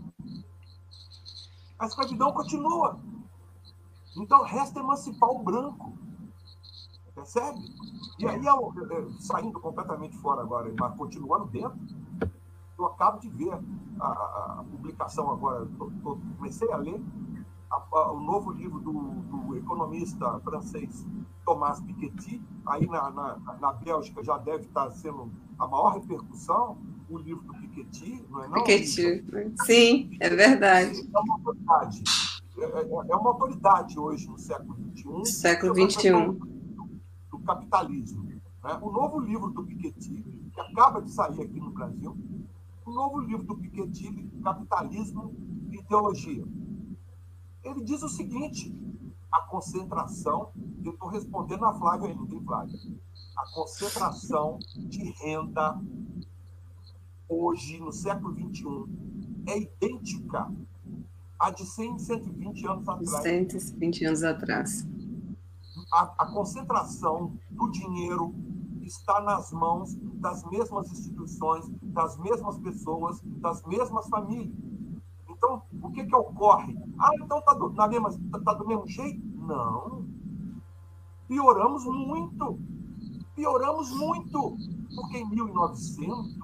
A escravidão continua. Então, resta emancipar o branco. Percebe? E aí, saindo completamente fora agora, mas continuando dentro, eu acabo de ver a publicação agora, comecei a ler o novo livro do economista francês Thomas Piketty. Aí na Bélgica já deve estar sendo a maior repercussão, o livro do Piketty, não é não? Piketty, sim, é verdade. É uma autoridade. É uma autoridade hoje no século XXI. Século XXI. Do capitalismo. Né? O novo livro do Piketty, que acaba de sair aqui no Brasil, o novo livro do Piketty, Capitalismo e Ideologia. Ele diz o seguinte: a concentração, eu estou respondendo a Flávia ainda, hein, Flávia? A concentração de renda hoje, no século XXI, é idêntica à de 100, 120 anos atrás. 120 anos atrás. A concentração do dinheiro está nas mãos das mesmas instituições, das mesmas pessoas, das mesmas famílias. Então, o que ocorre? Então está do mesmo jeito? Não. Pioramos muito. Pioramos muito. Porque em 1900,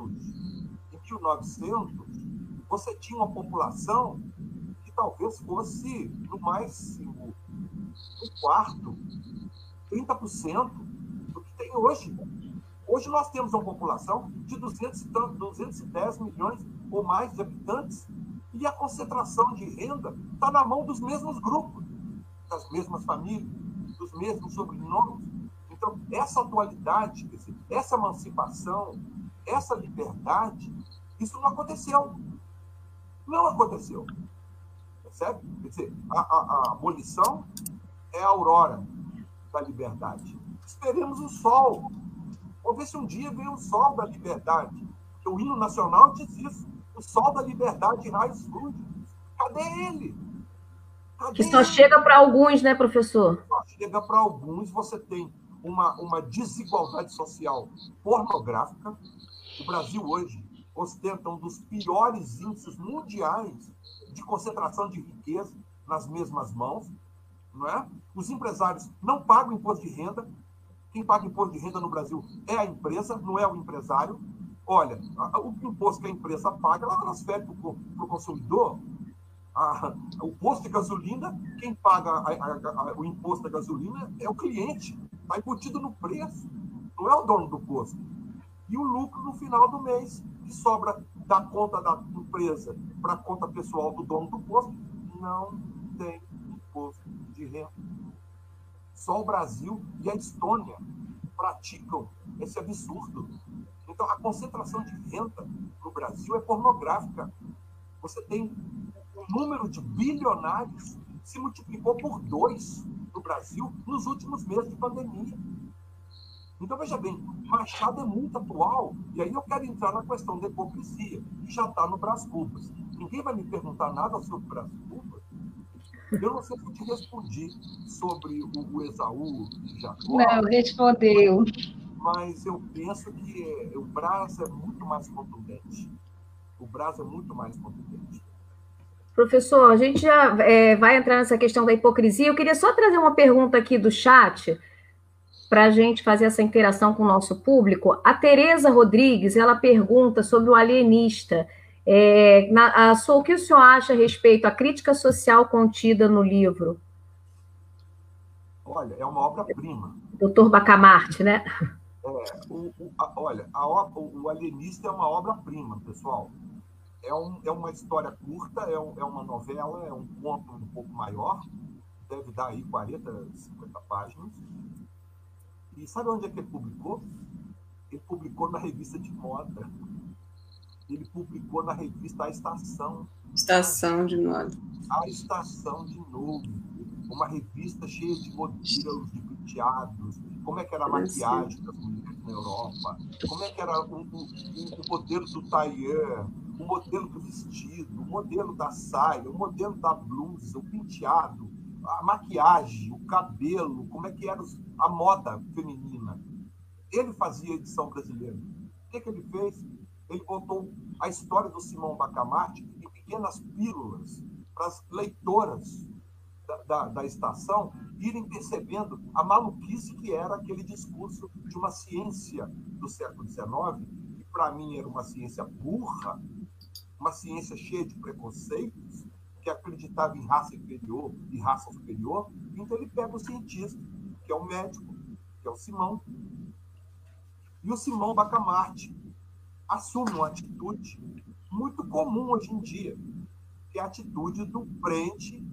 você tinha uma população que talvez fosse, no mais, um quarto, 30% do que tem hoje. Hoje nós temos uma população de 210 milhões ou mais de habitantes, e a concentração de renda está na mão dos mesmos grupos, das mesmas famílias, dos mesmos sobrenomes. Então, essa atualidade, essa emancipação, essa liberdade, isso não aconteceu. Não aconteceu. Percebe? Quer dizer, a abolição é a aurora da liberdade. Esperemos o sol. Vamos ver se um dia vem o sol da liberdade. Porque o hino nacional diz isso. O sol da liberdade raios luz. Cadê ele? Que só chega para alguns, né, professor? Só chega para alguns. Você tem uma desigualdade social pornográfica. O Brasil hoje ostenta um dos piores índices mundiais de concentração de riqueza nas mesmas mãos. Não é? Os empresários não pagam imposto de renda. Quem paga imposto de renda no Brasil é a empresa, não é o empresário. Olha, o imposto que a empresa paga, ela transfere para o consumidor. O posto de gasolina, quem paga o imposto da gasolina é o cliente. Está embutido no preço, não é o dono do posto. E o lucro no final do mês, que sobra da conta da empresa para a conta pessoal do dono do posto, não tem imposto de renda. Só o Brasil e a Estônia praticam esse absurdo. Então, a concentração de renda no Brasil é pornográfica. Você tem o número de bilionários se multiplicou por 2 no Brasil nos últimos meses de pandemia. Então, veja bem, Machado é muito atual, e aí eu quero entrar na questão da hipocrisia, que já está no Brás Cubas. Ninguém vai me perguntar nada sobre o Brás Cubas. Eu não sei se eu te respondi sobre o Esaú e Jacó. Não, respondeu. Mas eu penso que o Brás é muito mais contundente. O Brás é muito mais contundente. Professor, a gente já vai entrar nessa questão da hipocrisia. Eu queria só trazer uma pergunta aqui do chat para a gente fazer essa interação com o nosso público. A Tereza Rodrigues, ela pergunta sobre o alienista. O que o senhor acha a respeito à crítica social contida no livro? Olha, é uma obra-prima. Doutor Bacamarte, né? Olha, o Alienista é uma obra-prima, pessoal. É uma história curta, é uma novela, é um conto um pouco maior, deve dar aí 40, 50 páginas. E sabe onde é que ele publicou? Ele publicou na revista de moda. Ele publicou na revista A Estação. Estação de moda. A Estação de Novo. Uma revista cheia de modelos de penteados. Como é que era a maquiagem das mulheres na Europa? Como é que era o modelo do tailleur, o modelo do vestido, o modelo da saia, o modelo da blusa, o penteado, a maquiagem, o cabelo, como é que era a moda feminina. Ele fazia edição brasileira. O que ele fez? Ele botou a história do Simão Bacamarte em pequenas pílulas para as leitoras da estação irem percebendo a maluquice que era aquele discurso de uma ciência do século XIX, que para mim era uma ciência burra, uma ciência cheia de preconceitos, que acreditava em raça inferior e raça superior. Então ele pega o cientista, que é o médico, que é o Simão, e o Simão Bacamarte assume uma atitude muito comum hoje em dia, que é a atitude do prende,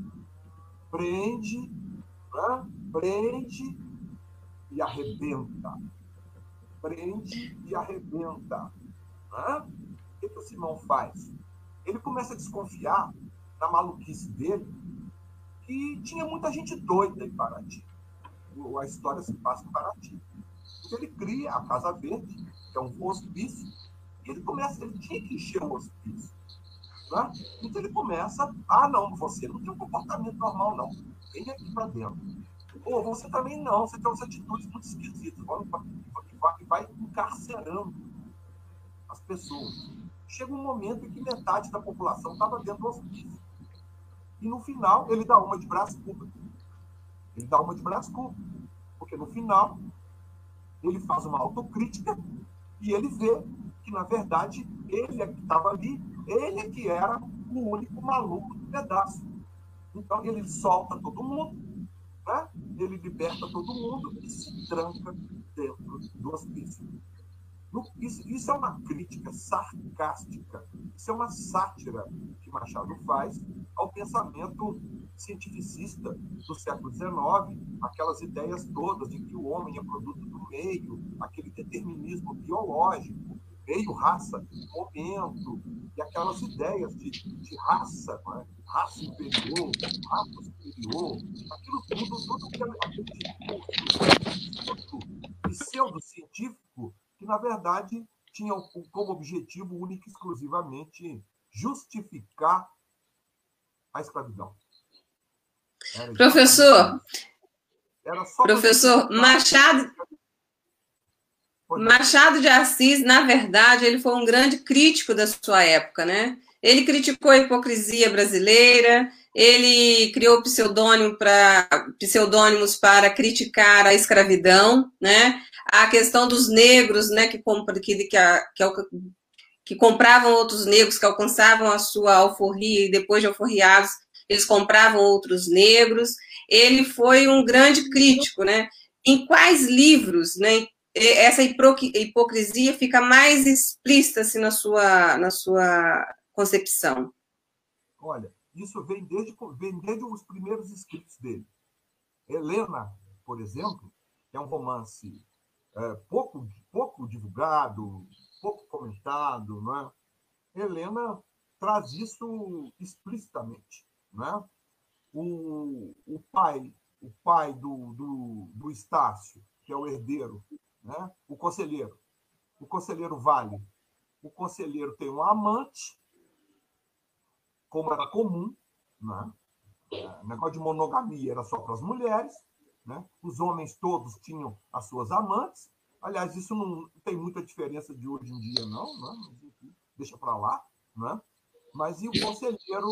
né? Prende e arrebenta. Prende e arrebenta. Né? O que o Simão faz? Ele começa a desconfiar da maluquice dele, que tinha muita gente doida em Paraty. A história se passa em Paraty. Ele cria a Casa Verde, que é um hospício, e ele tinha que encher o hospício. Né? Então ele começa, não, você não tem um comportamento normal, não. Vem aqui para dentro. Ou você também não, você tem umas atitudes muito esquisitas. Vai encarcerando as pessoas. Chega um momento em que metade da população estava dentro do hospício. E no final, ele dá uma de Brás Cubas. Ele dá uma de Brás Cubas. Porque no final, ele faz uma autocrítica e ele vê que, na verdade, ele é que estava ali, ele é que era o único maluco do pedaço. Então, ele solta todo mundo, né? Ele liberta todo mundo e se tranca dentro do hospício. Isso é uma crítica sarcástica, isso é uma sátira que Machado faz ao pensamento cientificista do século XIX, aquelas ideias todas de que o homem é produto do meio, aquele determinismo biológico, meio, raça, momento, e aquelas ideias de raça, né? Raça inferior, raça superior, aquilo tudo, todo aquele discurso pseudo-científico que, na verdade, tinha como objetivo único e exclusivamente justificar a escravidão. Professor, Machado de Assis, na verdade, ele foi um grande crítico da sua época, né? Ele criticou a hipocrisia brasileira, ele criou pseudônimos para criticar a escravidão, né? A questão dos negros, né, que compravam outros negros, que alcançavam a sua alforria e depois de alforriados, eles compravam outros negros. Ele foi um grande crítico, né? Em quais livros, né, essa hipocrisia fica mais explícita assim, na sua concepção? Olha, isso vem desde os primeiros escritos dele. Helena, por exemplo, é um romance pouco divulgado, pouco comentado, não é? Helena traz isso explicitamente, não é? O pai do Estácio, que é o herdeiro, né? O conselheiro Vale. O conselheiro tem um amante, como era comum, né? O negócio de monogamia era só para as mulheres, né? Os homens todos tinham as suas amantes. Aliás, isso não tem muita diferença de hoje em dia, não, né? Deixa para lá, né? Mas e o conselheiro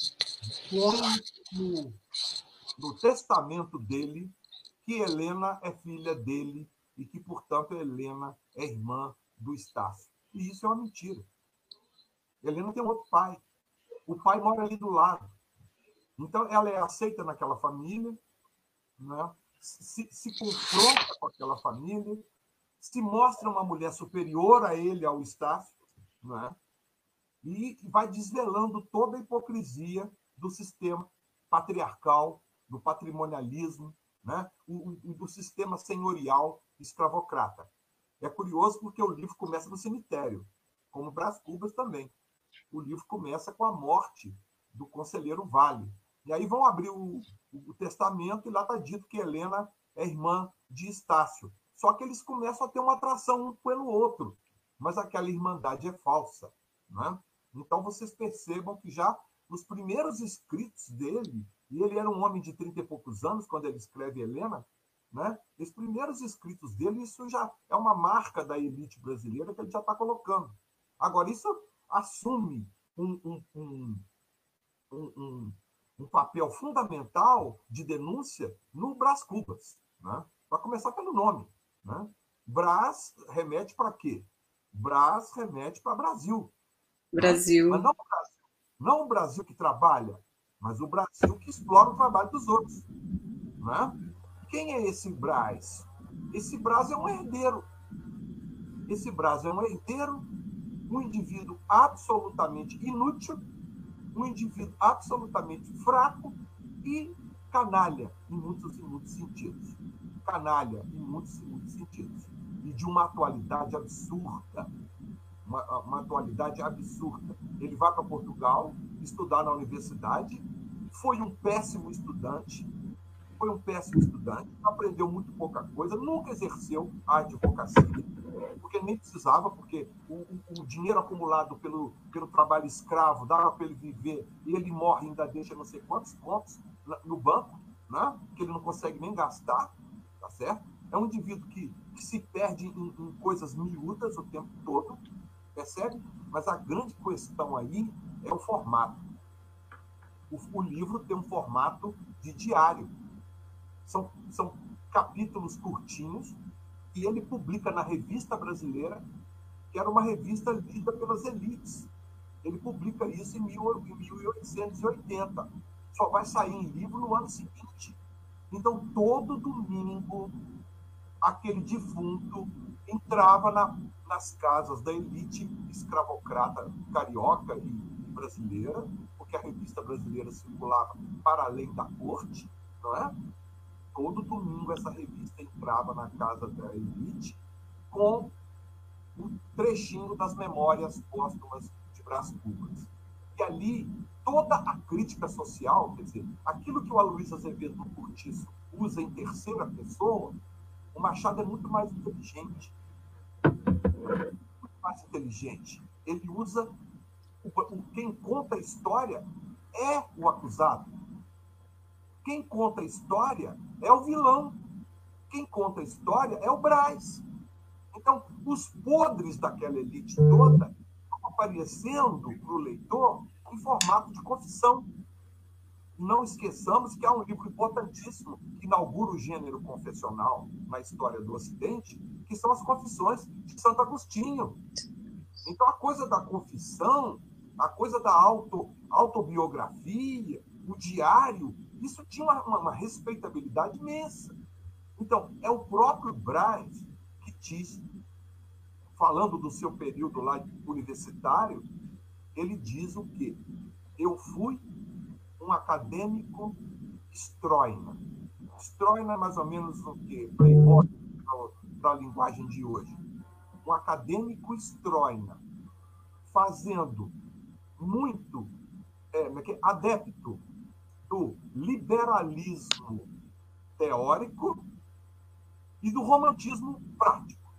põe no testamento dele que Helena é filha dele e que, portanto, Helena é irmã do Estácio. E isso é uma mentira. Helena tem um outro pai. O pai mora ali do lado. Então, ela é aceita naquela família, né? se confronta com aquela família, se mostra uma mulher superior a ele, ao Estácio, né? E vai desvelando toda a hipocrisia do sistema patriarcal, do patrimonialismo, né? Do sistema senhorial escravocrata. É curioso porque o livro começa no cemitério, como Brás Cubas também. O livro começa com a morte do conselheiro Vale. E aí vão abrir o testamento e lá está dito que Helena é irmã de Estácio. Só que eles começam a ter uma atração um pelo outro, mas aquela irmandade é falsa, né? Então vocês percebam que já nos primeiros escritos dele, e ele era um homem de 30 e poucos anos quando ele escreve Helena, né? Os primeiros escritos dele, isso já é uma marca da elite brasileira que ele já está colocando. Agora, isso assume um papel fundamental de denúncia no Brás Cubas, né? Para começar pelo nome, né? Brás remete para quê? Brás remete para Brasil. Brasil. Mas não o Brasil que trabalha, mas o Brasil que explora o trabalho dos outros, né? Quem é esse Brás? Esse Brás é um herdeiro. Esse Brás é um herdeiro, um indivíduo absolutamente inútil, um indivíduo absolutamente fraco e canalha em muitos e muitos sentidos. Canalha em muitos e muitos sentidos. E de uma atualidade absurda. Uma atualidade absurda. Ele vai para Portugal estudar na universidade, foi um péssimo estudante, aprendeu muito pouca coisa, nunca exerceu a advocacia, porque nem precisava, porque o dinheiro acumulado pelo trabalho escravo dava para ele viver, e ele morre e ainda deixa não sei quantos pontos no banco, né? Que ele não consegue nem gastar, tá certo? É um indivíduo que se perde em coisas miúdas o tempo todo, percebe? Mas a grande questão aí é o formato. O livro tem um formato de diário. São capítulos curtinhos e ele publica na Revista Brasileira, que era uma revista lida pelas elites. Ele publica isso em 1880. Só vai sair em livro no ano seguinte. Então, todo domingo, aquele defunto entrava nas casas da elite escravocrata carioca e brasileira, porque a Revista Brasileira circulava para além da corte, não é? Todo domingo essa revista entrava na casa da elite com um trechinho das memórias póstumas de Brás Cubas. E ali, toda a crítica social, quer dizer, aquilo que o Aloysio Azevedo do Cortiço usa em terceira pessoa, o Machado é muito mais inteligente. Muito mais inteligente. Ele usa... Quem conta a história é o acusado. Quem conta a história é o vilão. Quem conta a história é o Brás. Então, os podres daquela elite toda estão aparecendo para o leitor em formato de confissão. Não esqueçamos que há um livro importantíssimo que inaugura o gênero confessional na história do Ocidente, que são as Confissões de Santo Agostinho. Então, a coisa da confissão, a coisa da autobiografia, o diário, isso tinha uma respeitabilidade imensa. Então, é o próprio Brás que diz, falando do seu período lá universitário, ele diz o quê? Eu fui um acadêmico estroina. Estroina é mais ou menos o quê? Para a linguagem de hoje. Um acadêmico estroina, fazendo muito adepto do liberalismo teórico e do romantismo prático.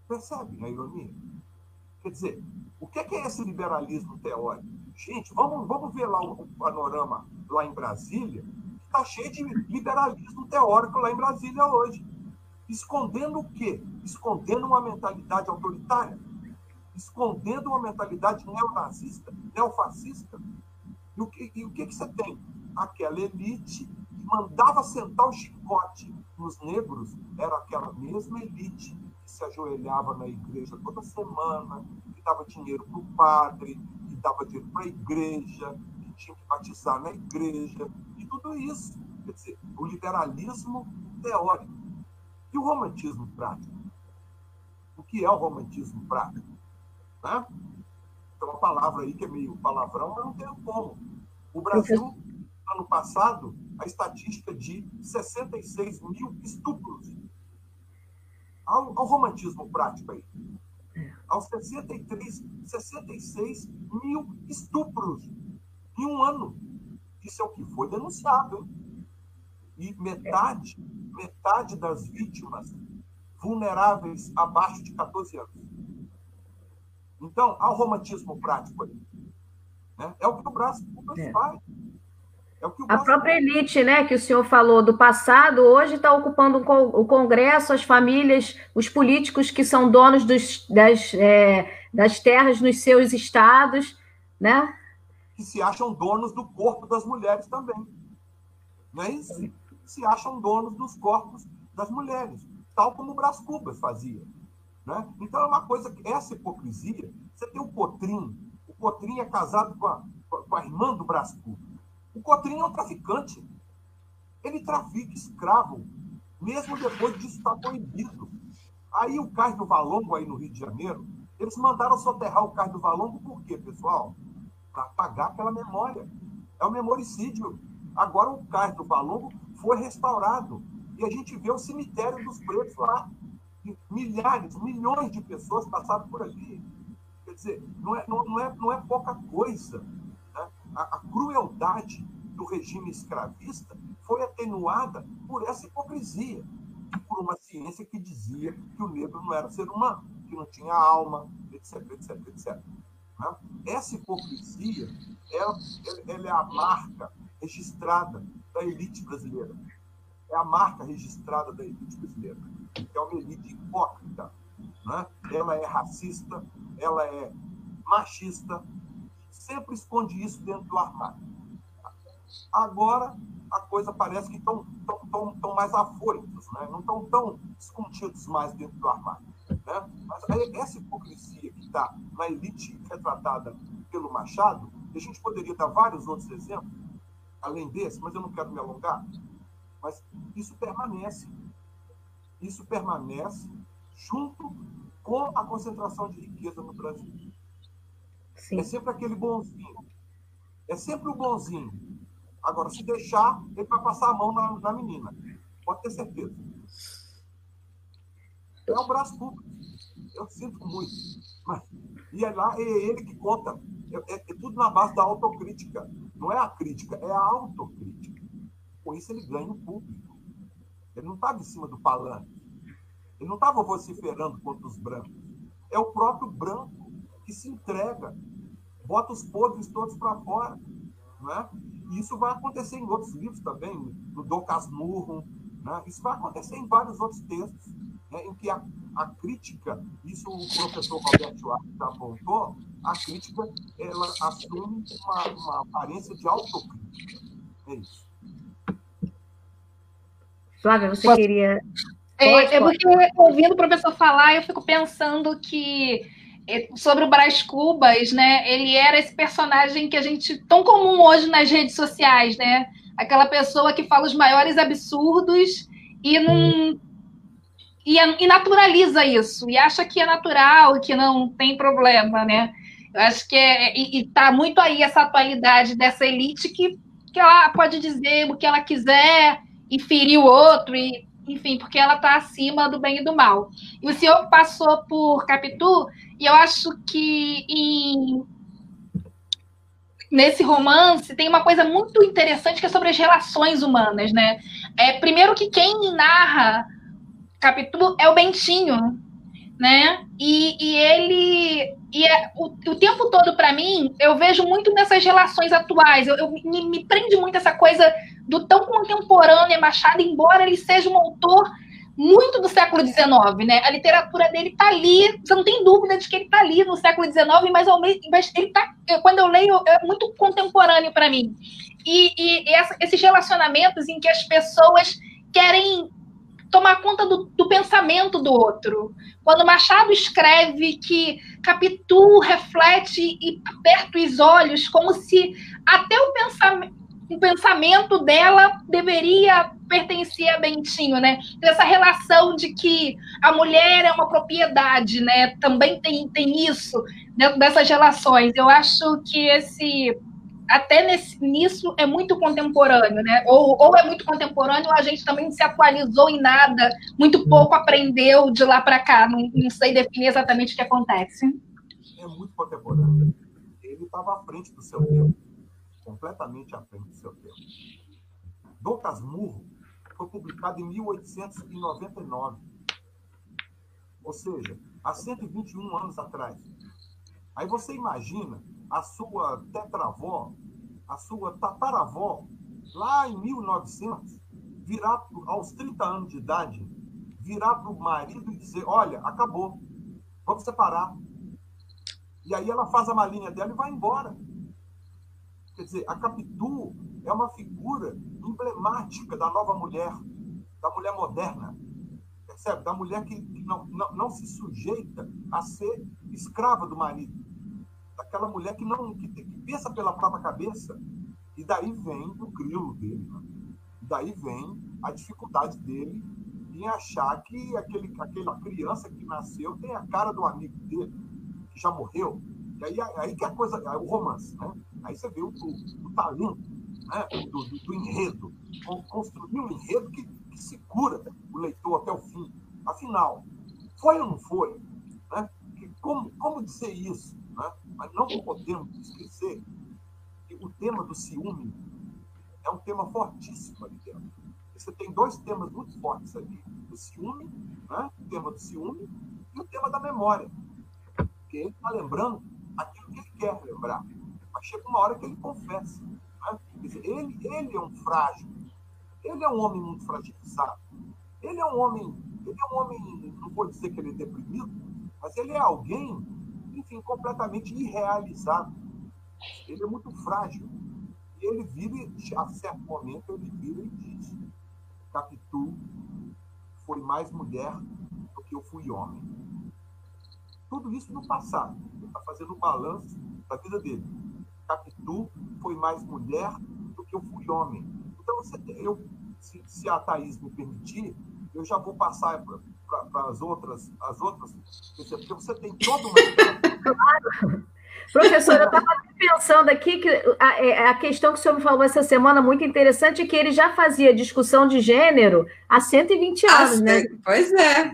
Percebe a ironia? Quer dizer, o que é esse liberalismo teórico? Gente, vamos ver lá o panorama lá em Brasília, que está cheio de liberalismo teórico lá em Brasília hoje. Escondendo o quê? Escondendo uma mentalidade autoritária, escondendo uma mentalidade neonazista, neofascista. E o que você tem? Aquela elite que mandava sentar o chicote nos negros, era aquela mesma elite que se ajoelhava na igreja toda semana, que dava dinheiro para o padre, que dava dinheiro para a igreja, que tinha que batizar na igreja, e tudo isso. Quer dizer, o liberalismo teórico. E o romantismo prático? O que é o romantismo prático? Né? Tem uma palavra aí que é meio palavrão, mas não tem como. O Brasil, ano passado, a estatística de 66 mil estupros. Ao romantismo prático aí. Aos 66 mil estupros em um ano. Isso é o que foi denunciado. Hein? E metade das vítimas vulneráveis abaixo de 14 anos. Então, há o romantismo prático aí. Né? É o que o Brás faz. É o que o Brás a própria elite, né, que o senhor falou do passado, hoje está ocupando o Congresso, as famílias, os políticos que são donos das terras nos seus estados, né? Que se acham donos do corpo das mulheres também. Não é isso? Se acham donos dos corpos das mulheres, tal como o Brás Cubas fazia. Né? Então é uma coisa que essa hipocrisia. Você tem o Cotrim é casado com a irmã do Brás Cubas. O Cotrim é um traficante. Ele trafica escravo, mesmo depois disso estar proibido. Aí o Cais do Valongo, aí no Rio de Janeiro, eles mandaram soterrar o Cais do Valongo por quê, pessoal? Para apagar aquela memória. É um memoricídio. Agora o Cais do Valongo foi restaurado. E a gente vê o cemitério dos pretos lá. Milhares, milhões de pessoas passaram por ali. Quer dizer, não é pouca coisa. Né? A crueldade do regime escravista foi atenuada por essa hipocrisia. E por uma ciência que dizia que o negro não era ser humano, que não tinha alma, etc, etc, etc. Né? Essa hipocrisia, ela é a marca registrada da elite brasileira. É a marca registrada da elite brasileira. É uma elite hipócrita. Né? Ela é racista, ela é machista, sempre esconde isso dentro do armário. Agora, a coisa parece que estão mais afoitos, né? Não estão tão escondidos mais dentro do armário. Né? Mas essa hipocrisia que está na elite retratada pelo Machado, a gente poderia dar vários outros exemplos, além desse, mas eu não quero me alongar, mas isso permanece. Isso permanece junto com a concentração de riqueza no Brasil. Sim. É sempre aquele bonzinho. É sempre o bonzinho. Agora, se deixar, ele vai passar a mão na menina. Pode ter certeza. É o Brás Cubas. Eu sinto muito. Mas, e é lá, é ele que conta. É tudo na base da autocrítica. Não é a crítica, é a autocrítica. Com isso, ele ganha o público. Ele não estava em cima do palanque. Ele não estava vociferando contra os brancos. É o próprio branco que se entrega, bota os podres todos para fora. Não é? E isso vai acontecer em outros livros também, no Dom Casmurro. Né? Isso vai acontecer em vários outros textos, né? Em que a crítica, isso o professor Roberto Arce apontou, a crítica ela assume uma aparência de autocrítica. É isso. Flávia, você queria... Porque, ouvindo o professor falar, eu fico pensando que sobre o Brás Cubas, né? Ele era esse personagem que a gente tão comum hoje nas redes sociais, né? Aquela pessoa que fala os maiores absurdos e naturaliza isso e acha que é natural, que não tem problema, né? Eu acho que está muito aí essa atualidade dessa elite que ela pode dizer o que ela quiser e ferir o outro enfim, porque ela está acima do bem e do mal. E o senhor passou por Capitu, e eu acho que nesse romance tem uma coisa muito interessante que é sobre as relações humanas, né? Primeiro que quem narra Capitu é o Bentinho. né? O tempo todo, para mim, eu vejo muito nessas relações atuais. Me prende muito essa coisa do tão contemporâneo Machado, embora ele seja um autor muito do século XIX, né? A literatura dele está ali, você não tem dúvida de que ele está ali no século XIX, mas ele tá, quando eu leio, é muito contemporâneo para mim. Esses relacionamentos em que as pessoas querem tomar conta do pensamento do outro. Quando Machado escreve que Capitu reflete e aperta os olhos, como se até o pensamento dela deveria pertencer a Bentinho, né? Essa relação de que a mulher é uma propriedade, né? Também tem isso dentro dessas relações. Eu acho que até nisso é muito contemporâneo, né? Ou é muito contemporâneo, ou a gente também não se atualizou em nada, muito pouco aprendeu de lá para cá, não sei definir exatamente o que acontece. É muito contemporâneo. Ele estava à frente do seu tempo, completamente à frente do seu tempo. Dom Casmurro foi publicado em 1899, ou seja, há 121 anos atrás. Aí você imagina a sua tetravó, a sua tataravó, lá em 1900, virar aos 30 anos de idade, virar para o marido e dizer, olha, acabou, vamos separar. E aí ela faz a malinha dela e vai embora. Quer dizer, a Capitu é uma figura emblemática da nova mulher, da mulher moderna, percebe? Da mulher que não se sujeita a ser escrava do marido. Daquela mulher que pensa pela própria cabeça. E daí vem o grilo dele. Né? Daí vem a dificuldade dele em achar que aquela criança que nasceu tem a cara do amigo dele, que já morreu. E aí que é a coisa, o romance. Né? Aí você vê o talento, né? do enredo. Construir um enredo que segura o leitor até o fim. Afinal, foi ou não foi? Né? Como dizer isso? Né? Mas não podemos esquecer que o tema do ciúme é um tema fortíssimo ali dentro. Você tem dois temas muito fortes ali. O ciúme, né? O tema do ciúme e o tema da memória. Porque ele está lembrando aquilo que ele quer lembrar. Mas chega uma hora que ele confessa. Né? Quer dizer, ele é um frágil. Ele é um homem muito fragilizado. Ele é um homem, não vou dizer que ele é deprimido, mas ele é alguém, enfim, completamente irrealizado. Ele é muito frágil. E ele vira, a certo momento, ele vira e diz: Capitu foi mais mulher do que eu fui homem. Tudo isso no passado. Ele está fazendo um balanço da vida dele. Capitu foi mais mulher do que eu fui homem. Então, se a Thaís me permitir, eu já vou passar para as outras, porque você tem toda uma... Claro. Professora, eu estava pensando aqui que a questão que o senhor me falou essa semana muito interessante é que ele já fazia discussão de gênero há 120 anos, né? Pois é.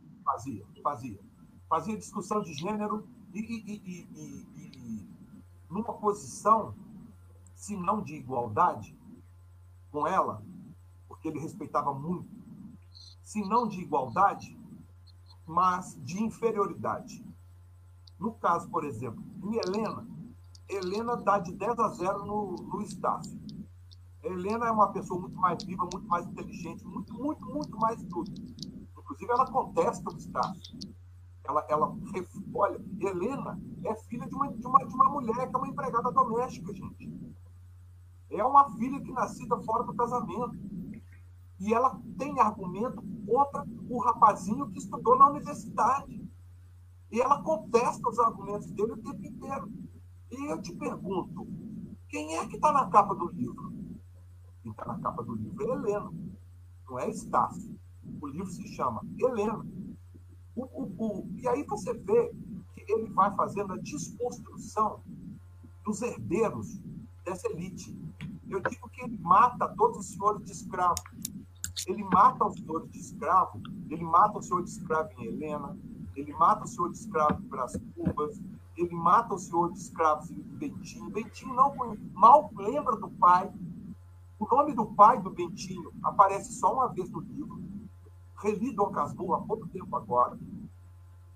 Fazia discussão de gênero e numa posição, se não de igualdade com ela, porque ele respeitava muito, se não de igualdade, mas de inferioridade. No caso, por exemplo, em Helena dá de 10-0 no Estácio. Helena é uma pessoa muito mais viva, muito mais inteligente, muito mais tudo. Inclusive, ela contesta o Estácio. Olha, Helena é filha de uma mulher que é uma empregada doméstica, gente. É uma filha que nascida fora do casamento. E ela tem argumento contra o rapazinho que estudou na universidade. E ela contesta os argumentos dele o tempo inteiro. E eu te pergunto, quem é que está na capa do livro? Quem está na capa do livro é Helena, não é Estácio. O livro se chama Helena. E aí você vê que ele vai fazendo a desconstrução dos herdeiros dessa elite. Eu digo que ele mata todos os senhores de escravo. Ele mata os senhores de escravo, ele mata o senhor de escravo em Helena, ele mata o senhor de escravo em Brás Cubas, ele mata o senhor de escravos em Bentinho. Bentinho mal lembra do pai. O nome do pai do Bentinho aparece só uma vez no livro. Reli Dom Casmurro há pouco tempo agora.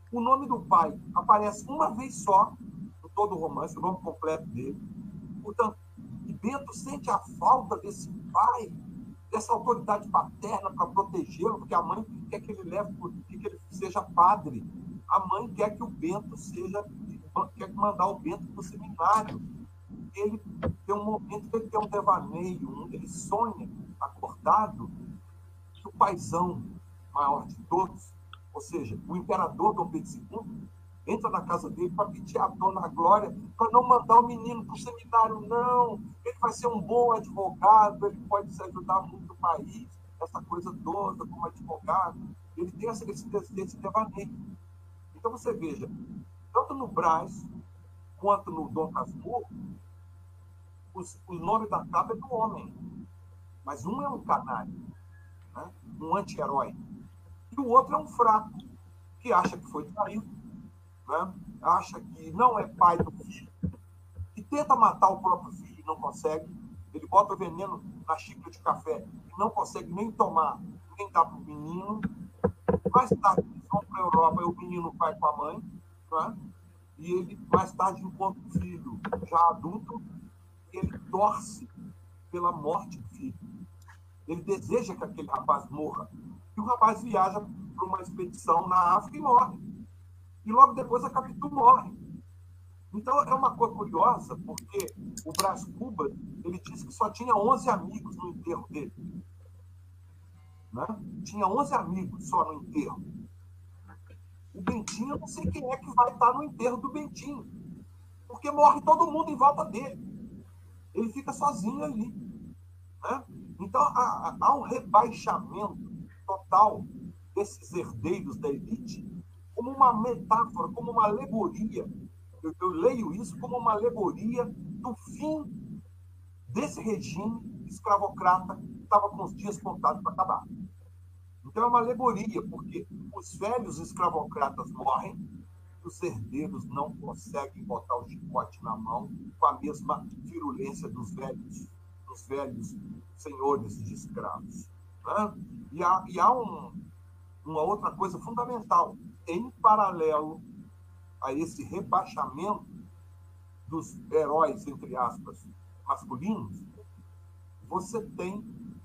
O nome do pai aparece uma vez só em todo o romance, o nome completo dele. Portanto, e Bento sente a falta desse pai, dessa autoridade paterna para protegê-lo, porque a mãe quer que ele leve, que ele seja padre. A mãe quer que o Bento quer mandar o Bento para o seminário. Ele tem um momento que ele tem um devaneio, ele sonha, acordado, que o paizão maior de todos, ou seja, o imperador Dom Pedro II, entra na casa dele para pedir a Dona Glória para não mandar o menino para o seminário, não. Ele vai ser um bom advogado, ele pode se ajudar muito o país, essa coisa toda, como advogado. Ele tem esse devaneio. Então, você veja, tanto no Brás quanto no Dom Casmurro, o nome da capa é do homem. Mas um é um canário, né? Um anti-herói. E o outro é um fraco, que acha que foi traído, né? Acha que não é pai do filho, que tenta matar o próprio filho e não consegue. Ele bota o veneno na xícara de café e não consegue nem tomar, nem dar para o menino. Mais tarde, eles vão para a Europa e o menino vai com a mãe, né? E ele, mais tarde, encontra o filho já adulto, e ele torce pela morte do filho. Ele deseja que aquele rapaz morra. E o rapaz viaja para uma expedição na África e morre. E logo depois a Capitu morre. Então é uma coisa curiosa, porque o Brás Cubas, ele disse que só tinha 11 amigos no enterro dele. Né? Tinha 11 amigos só no enterro. O Bentinho, eu não sei quem é que vai estar no enterro do Bentinho, porque morre todo mundo em volta dele. Ele fica sozinho ali. Né? Então há um rebaixamento total desses herdeiros da elite como uma metáfora, como uma alegoria. Eu leio isso como uma alegoria do fim desse regime escravocrata que estava com os dias contados para acabar. Então é uma alegoria, porque os velhos escravocratas morrem, os herdeiros não conseguem botar o chicote na mão com a mesma virulência dos velhos senhores de escravos. Né? E há uma outra coisa fundamental. Em paralelo a esse rebaixamento dos heróis, entre aspas, masculinos, você tem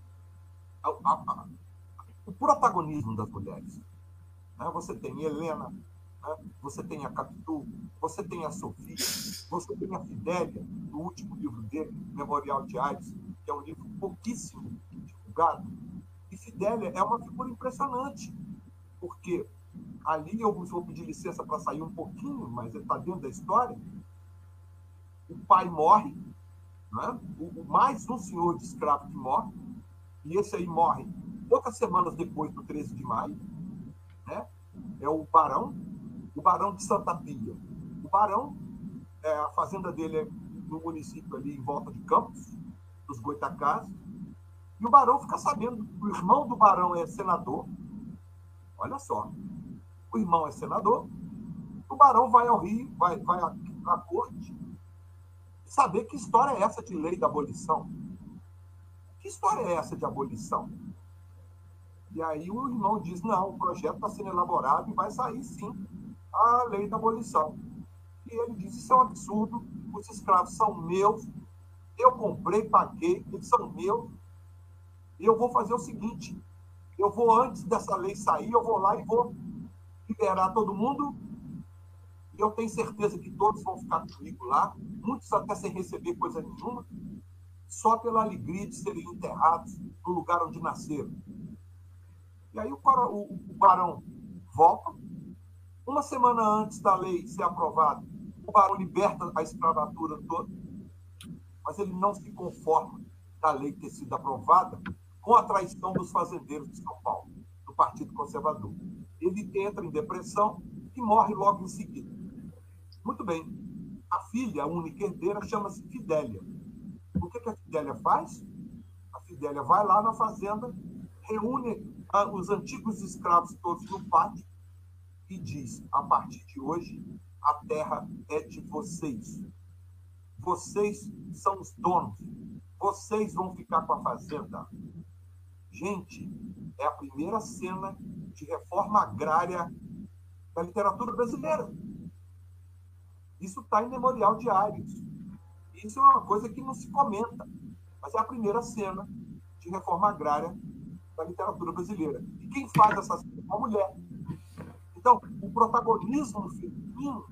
o protagonismo das mulheres. Né? Você tem Helena, né? Você tem a Capitu, você tem a Sofia, você tem a Fidélia, no último livro dele, Memorial de Aires, que é um livro pouquíssimo divulgado. E Fidélia é uma figura impressionante, porque ali eu vou pedir licença para sair um pouquinho, mas ele está dentro da história. O pai morre, né? Mais um senhor de escravo que morre, e esse aí morre poucas semanas depois do 13 de maio, né? É o barão de Santa Pia. O barão, a fazenda dele é no município ali em volta de Campos, dos Goitacás, e o barão fica sabendo que o irmão do barão é senador. Olha só, o irmão é senador, o barão vai ao Rio, vai à corte, saber que história é essa de lei da abolição. Que história é essa de abolição? E aí o irmão diz, não, o projeto está sendo elaborado e vai sair, sim, a lei da abolição. E ele diz, isso é um absurdo, os escravos são meus, eu comprei, paguei, eles são meus, e eu vou fazer o seguinte, eu vou, antes dessa lei sair, eu vou lá e vou liberar todo mundo, e eu tenho certeza que todos vão ficar comigo lá, muitos até sem receber coisa nenhuma, só pela alegria de serem enterrados no lugar onde nasceram. E aí o barão volta. Uma semana antes da lei ser aprovada, o barão liberta a escravatura toda, mas ele não se conforma da lei ter sido aprovada com a traição dos fazendeiros de São Paulo, do Partido Conservador. Ele entra em depressão e morre logo em seguida. Muito bem. A filha, a única herdeira, chama-se Fidélia. O que a Fidélia faz? A Fidélia vai lá na fazenda, reúne os antigos escravos todos no pátio e diz, a partir de hoje, a terra é de vocês. Vocês são os donos. Vocês vão ficar com a fazenda. Gente, é a primeira cena de reforma agrária da literatura brasileira. Isso está em Memorial de Ares. Isso é uma coisa que não se comenta, mas é a primeira cena de reforma agrária da literatura brasileira. E quem faz essa cena é uma mulher. Então, o protagonismo feminino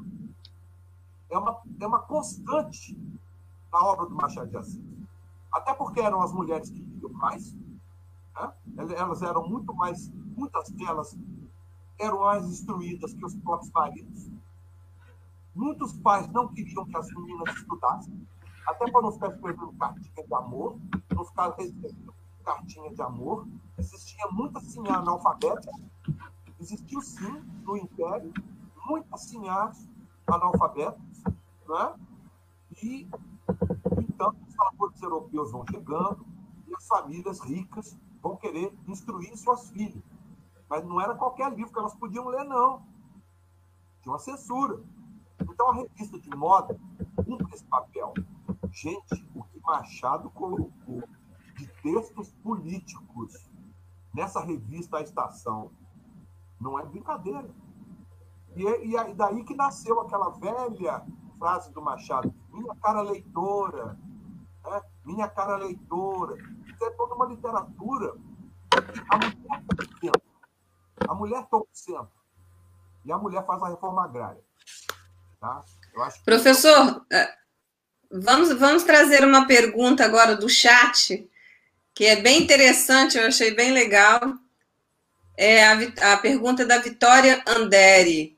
é uma constante na obra do Machado de Assis. Até porque eram as mulheres que liam mais, né? Elas eram muito mais, muitas delas eram mais instruídas que os próprios maridos. Muitos pais não queriam que as meninas estudassem, até para não ficar escrevendo cartinha de amor, não ficar recebendo cartinha de amor. Existia muita sinhá analfabeta, existiu sim, no Império, muitas sinhás analfabetas, né? E, então, os valores europeus vão chegando e as famílias ricas vão querer instruir suas filhas. Mas não era qualquer livro que elas podiam ler, não. Tinha uma censura. Então, a revista de moda cumpre esse papel. Gente, o que Machado colocou de textos políticos nessa revista A Estação não é brincadeira. E daí que nasceu aquela velha frase do Machado: minha cara leitora, né? Minha cara leitora. Isso é toda uma literatura que a mulher toma o centro. E a mulher faz a reforma agrária. Tá? Eu acho que... Professor, vamos trazer uma pergunta agora do chat, que é bem interessante, eu achei bem legal. É a pergunta da Vitória Anderi.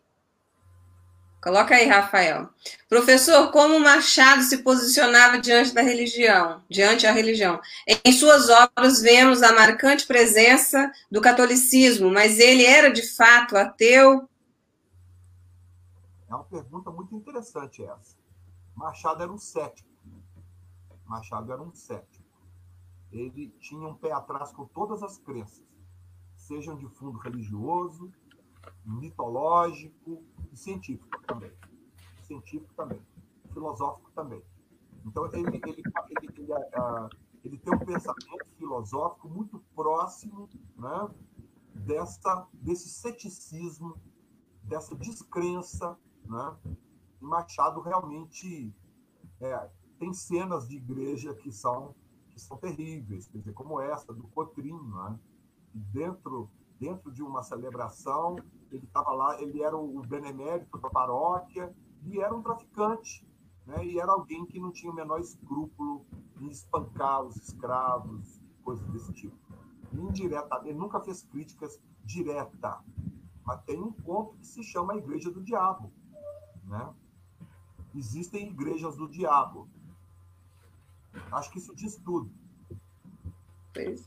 Coloca aí, Rafael. Professor, como Machado se posicionava diante a religião? Em suas obras vemos a marcante presença do catolicismo, mas ele era de fato ateu? É uma pergunta muito interessante essa. Machado era um cético. Ele tinha um pé atrás com todas as crenças, sejam de fundo religioso, mitológico e científico também. Filosófico também. Então, ele tem um pensamento filosófico muito próximo, né, desse ceticismo, dessa descrença, né? E Machado realmente tem cenas de igreja que são terríveis, quer dizer, como essa do Cotrim, né? Dentro de uma celebração, ele estava lá, ele era o benemérito da paróquia e era um traficante, né? E era alguém que não tinha o menor escrúpulo em espancar os escravos, coisas desse tipo. Indiretamente, ele nunca fez críticas diretas, mas tem um ponto que se chama a Igreja do Diabo, né? Existem igrejas do diabo. Acho que isso diz tudo. Pois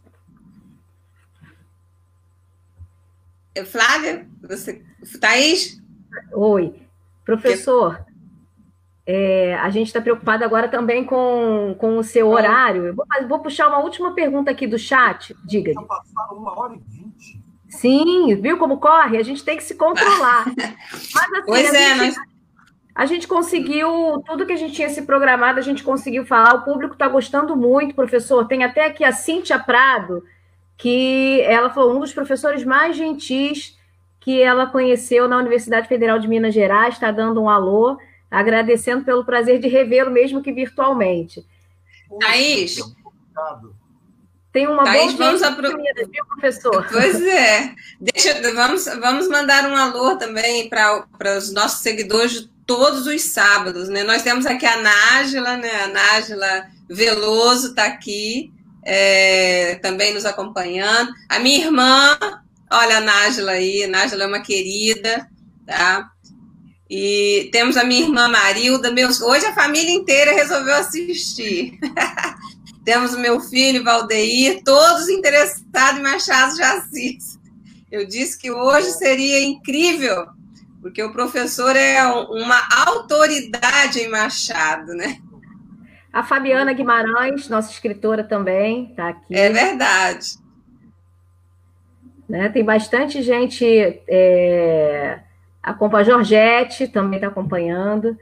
é. Flávia, Thaís? Oi. Professor, a gente está preocupado agora também com o seu horário. Eu vou puxar uma última pergunta aqui do chat. Diga. Já passaram 1h20. Sim, viu como corre? A gente tem que se controlar. Mas, assim, pois a gente conseguiu, tudo que a gente tinha se programado, a gente conseguiu falar. O público está gostando muito, professor. Tem até aqui a Cíntia Prado, que ela foi um dos professores mais gentis que ela conheceu na Universidade Federal de Minas Gerais. Está dando um alô, agradecendo pelo prazer de revê-lo, mesmo que virtualmente. Thaís, tem uma Thaís, boa viu, professor? Pois é. Vamos mandar um alô também para os nossos seguidores todos os sábados, né? Nós temos aqui a Nájila, né? A Nájila Veloso está aqui, também nos acompanhando. A minha irmã, olha a Nájila aí, a Nájila é uma querida, tá? E temos a minha irmã Marilda, hoje a família inteira resolveu assistir. Temos o meu filho Valdeir, todos interessados em Machado de Assis. Eu disse que hoje seria incrível, porque o professor é uma autoridade em Machado, né? A Fabiana Guimarães, nossa escritora também, está aqui. É verdade. Né? Tem bastante gente, acompanha a Georgette, também está acompanhando.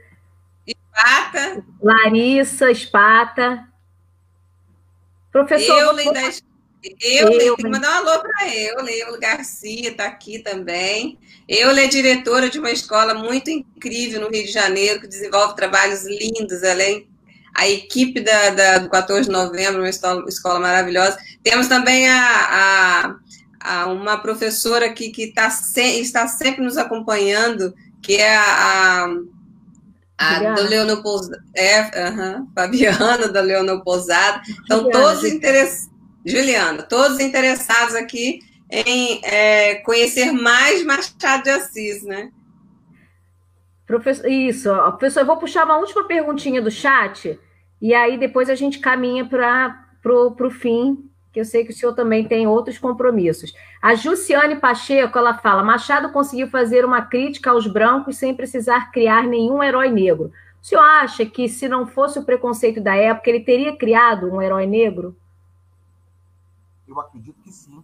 Espata. Larissa, Espata. Professor, Tem que mandar um alô para Euler Garcia, está aqui também. Euler é diretora de uma escola muito incrível no Rio de Janeiro, que desenvolve trabalhos lindos. Ela é a equipe do 14 de novembro, uma escola maravilhosa. Temos também uma professora que está sempre nos acompanhando, que é a do Leonor Pousada. Fabiana, da Leonor Pousada. Então, Juliana, todos interessados aqui em conhecer mais Machado de Assis, né? Isso, professor, eu vou puxar uma última perguntinha do chat e aí depois a gente caminha para o fim, que eu sei que o senhor também tem outros compromissos. A Jussiane Pacheco, ela fala, Machado conseguiu fazer uma crítica aos brancos sem precisar criar nenhum herói negro. O senhor acha que se não fosse o preconceito da época, ele teria criado um herói negro? Eu acredito que sim.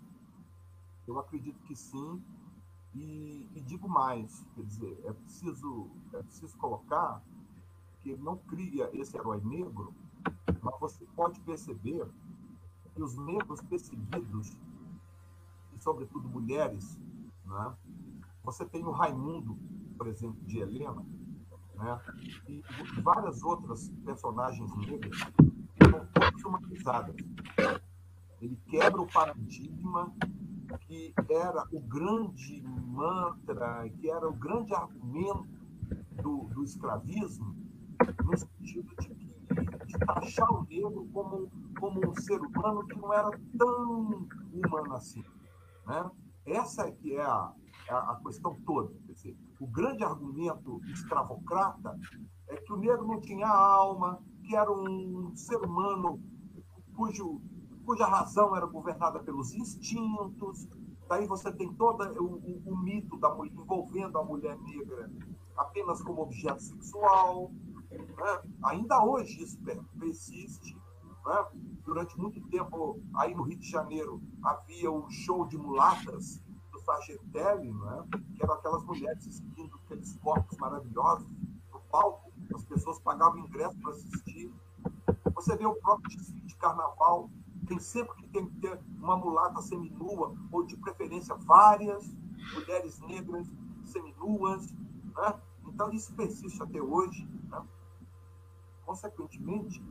E digo mais, quer dizer, é preciso colocar que ele não cria esse herói negro, mas você pode perceber que os negros perseguidos, e sobretudo mulheres, né? Você tem o Raimundo, por exemplo, de Helena, né? E várias outras personagens negras que são todas humanizadas. Ele quebra o paradigma que era o grande mantra, que era o grande argumento do escravismo, no sentido de taxar o negro como um ser humano que não era tão humano assim, né? Essa é que é a questão toda. Quer dizer, o grande argumento escravocrata é que o negro não tinha alma, que era um ser humano cuja razão era governada pelos instintos. Daí você tem todo o mito da mulher, envolvendo a mulher negra apenas como objeto sexual. Né? Ainda hoje isso persiste. Né? Durante muito tempo, aí no Rio de Janeiro, havia o show de mulatas do Sargentelli, né? Que eram aquelas mulheres exibindo aqueles corpos maravilhosos no palco. As pessoas pagavam ingresso para assistir. Você vê o próprio desfile de carnaval, tem sempre que tem que ter uma mulata seminua, ou de preferência várias mulheres negras seminuas. Né? Então, isso persiste até hoje. Né? Consequentemente,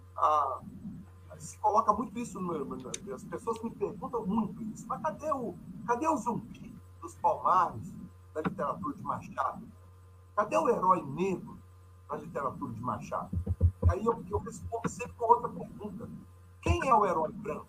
se coloca muito isso, as pessoas me perguntam muito isso, mas cadê o zumbi dos Palmares da literatura de Machado? Cadê o herói negro na literatura de Machado? Aí eu respondo sempre com outra pergunta. Quem é o herói branco?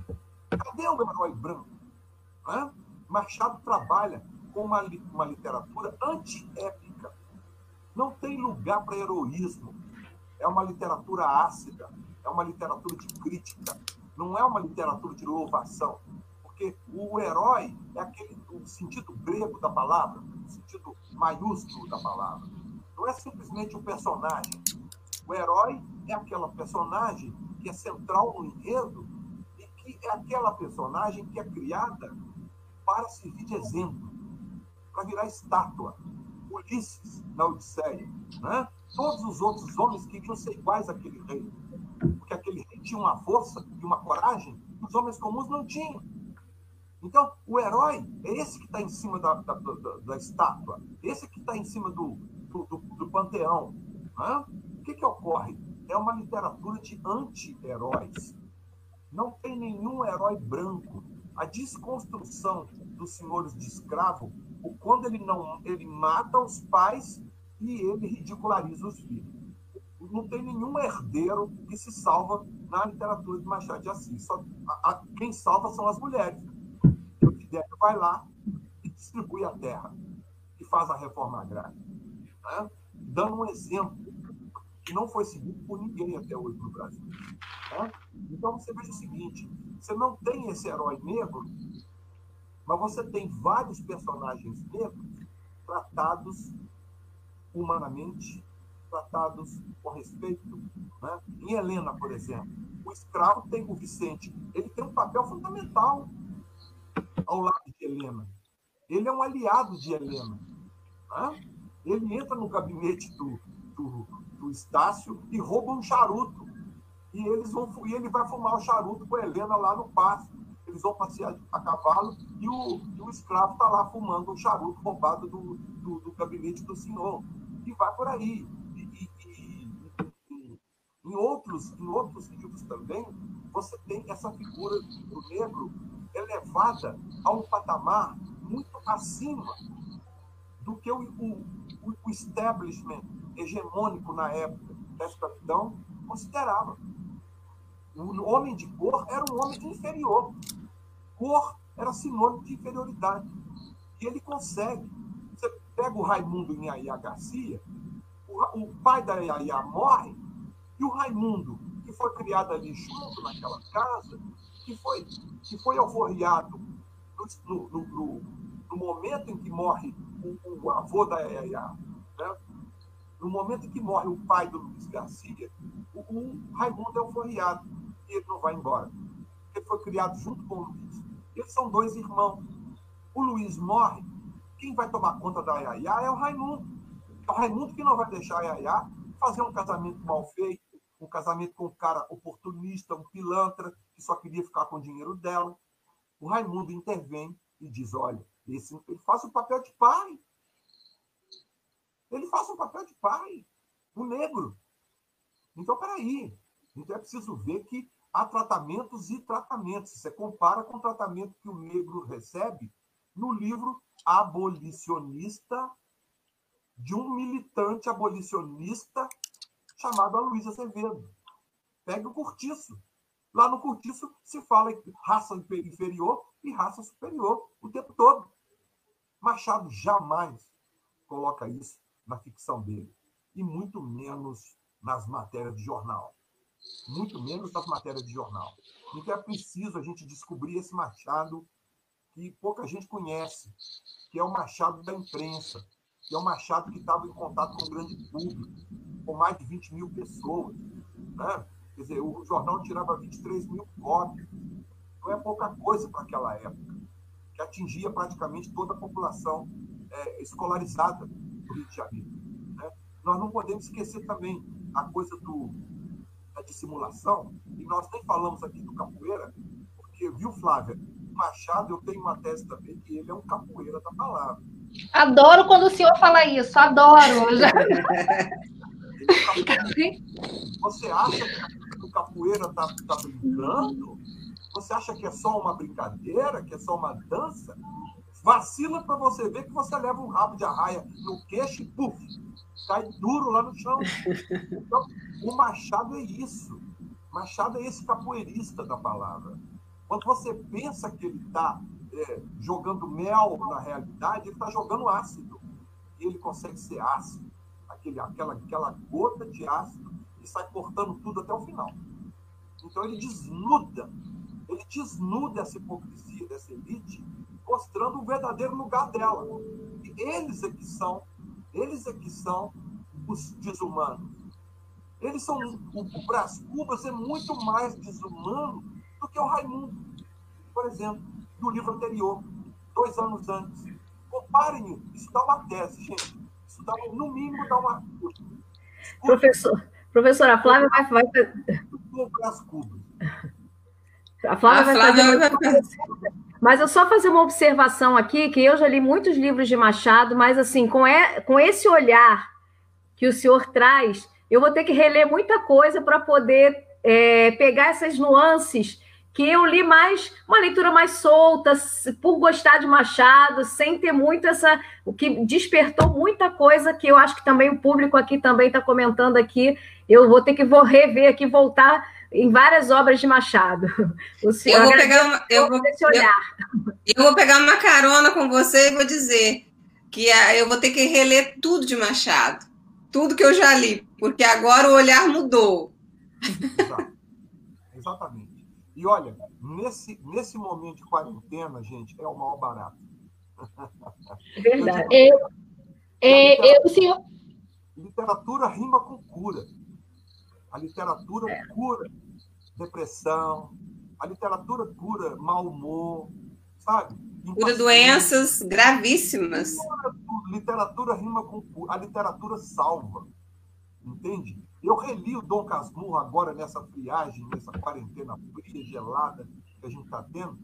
Cadê o herói branco? Hã? Machado trabalha com uma literatura antiépica. Não tem lugar para heroísmo. É uma literatura ácida, é uma literatura de crítica, não é uma literatura de louvação. Porque o herói é o sentido grego da palavra, o sentido maiúsculo da palavra. Não é simplesmente um personagem. O herói é aquela personagem que é central no enredo e que é aquela personagem que é criada para servir de exemplo, para virar estátua. Ulisses, na Odisseia, né? Todos os outros homens queriam ser iguais àquele rei, porque aquele rei tinha uma força e uma coragem que os homens comuns não tinham. Então, o herói é esse que está em cima da estátua, esse que está em cima do panteão. Né? O que ocorre? É uma literatura de anti-heróis. Não tem nenhum herói branco. A desconstrução dos senhores de escravo, quando ele mata os pais e ele ridiculariza os filhos. Não tem nenhum herdeiro que se salva na literatura de Machado de Assis. Quem salva são as mulheres. O Fidel vai lá e distribui a terra e faz a reforma agrária. Né? Dando um exemplo que não foi seguido por ninguém até hoje no Brasil. Né? Então, você veja o seguinte, você não tem esse herói negro, mas você tem vários personagens negros tratados humanamente, tratados com respeito. Né? Em Helena, por exemplo, o escravo o Vicente, ele tem um papel fundamental ao lado de Helena. Ele é um aliado de Helena. Né? Ele entra no gabinete do Estácio e rouba um charuto. E ele vai fumar o charuto com a Helena lá no pasto. eles vão passear a cavalo e o escravo está lá fumando um charuto roubado do gabinete do senhor. E vai por aí. Em outros livros também, você tem essa figura do negro elevada a um patamar muito acima do que o establishment hegemônico na época da escravidão considerava. O homem de cor era um homem inferior. Cor era sinônimo de inferioridade. E ele consegue. Você pega o Raimundo Inhaia Garcia, o pai da Inhaia morre, e o Raimundo, que foi criado ali junto naquela casa, que foi alforriado no momento em que morre o avô da Inhaia, né? No momento em que morre o pai do Luiz Garcia, o Raimundo é alforriado e ele não vai embora. Ele foi criado junto com o Luiz. Eles são dois irmãos. O Luiz morre, quem vai tomar conta da Yaya é o Raimundo. É o Raimundo que não vai deixar a Yaya fazer um casamento mal feito, um casamento com um cara oportunista, um pilantra, que só queria ficar com o dinheiro dela. O Raimundo intervém e diz, olha, ele faz o papel de pai. Ele faz um papel de pai, o negro. Então, peraí. Então, é preciso ver que há tratamentos e tratamentos. Você compara com o tratamento que o negro recebe no livro Abolicionista, de um militante abolicionista chamado Aloysio Azevedo. Pega o Cortiço. Lá no Cortiço se fala em raça inferior e raça superior o tempo todo. Machado jamais coloca isso na ficção dele. E muito menos nas matérias de jornal. Muito menos nas matérias de jornal. Então é preciso a gente descobrir esse Machado que pouca gente conhece, que é o Machado da imprensa, que é o Machado que estava em contato com o grande público, com mais de 20 mil pessoas. Né? Quer dizer, o jornal tirava 23 mil cópias. Não é pouca coisa para aquela época, que atingia praticamente toda a população escolarizada do Rio de Janeiro. Né? Nós não podemos esquecer também a coisa da dissimulação, e nós nem falamos aqui do capoeira, porque, viu, Flávia, o Machado, eu tenho uma tese também, que ele é um capoeira da palavra. Adoro quando o senhor fala isso, adoro. Você acha que o capoeira está brincando? Você acha que é só uma brincadeira, que é só uma dança? Vacila para você ver que você leva um rabo de arraia no queixo e, puf, cai duro lá no chão. Então, o Machado é isso. Machado é esse capoeirista da palavra. Quando você pensa que ele está jogando mel na realidade, ele está jogando ácido. E ele consegue ser ácido. Aquela gota de ácido que sai cortando tudo até o final. Então ele desnuda essa hipocrisia dessa elite, mostrando o verdadeiro lugar dela. E eles é que são os desumanos. Eles são o Brás Cubas é muito mais desumano do que o Raimundo, por exemplo, do livro anterior, 2 anos antes. Comparem, isso dá uma tese, gente. Isso dá, no mínimo, dá uma. Professora Flávia vai o Brás Cubas. A Flávia vai fazer. Mas eu só fazer uma observação aqui, que eu já li muitos livros de Machado, mas assim, com esse olhar que o senhor traz, eu vou ter que reler muita coisa para poder pegar essas nuances que eu li mais, uma leitura mais solta, por gostar de Machado, sem ter muito o que despertou muita coisa que eu acho que também o público aqui também está comentando aqui. Eu vou ter que rever aqui, voltar em várias obras de Machado. Eu vou pegar uma carona com você e vou dizer que eu vou ter que reler tudo de Machado, tudo que eu já li, porque agora o olhar mudou. Exatamente. E olha, nesse momento de quarentena, gente, é o maior barato. Verdade. Senhor... Literatura rima com cura. A literatura cura depressão, a literatura cura mau humor, sabe? Cura doenças gravíssimas. Literatura rima com cura. A literatura salva. Entende? Eu reli o Dom Casmurro agora nessa friagem, nessa quarentena fria, gelada que a gente está tendo,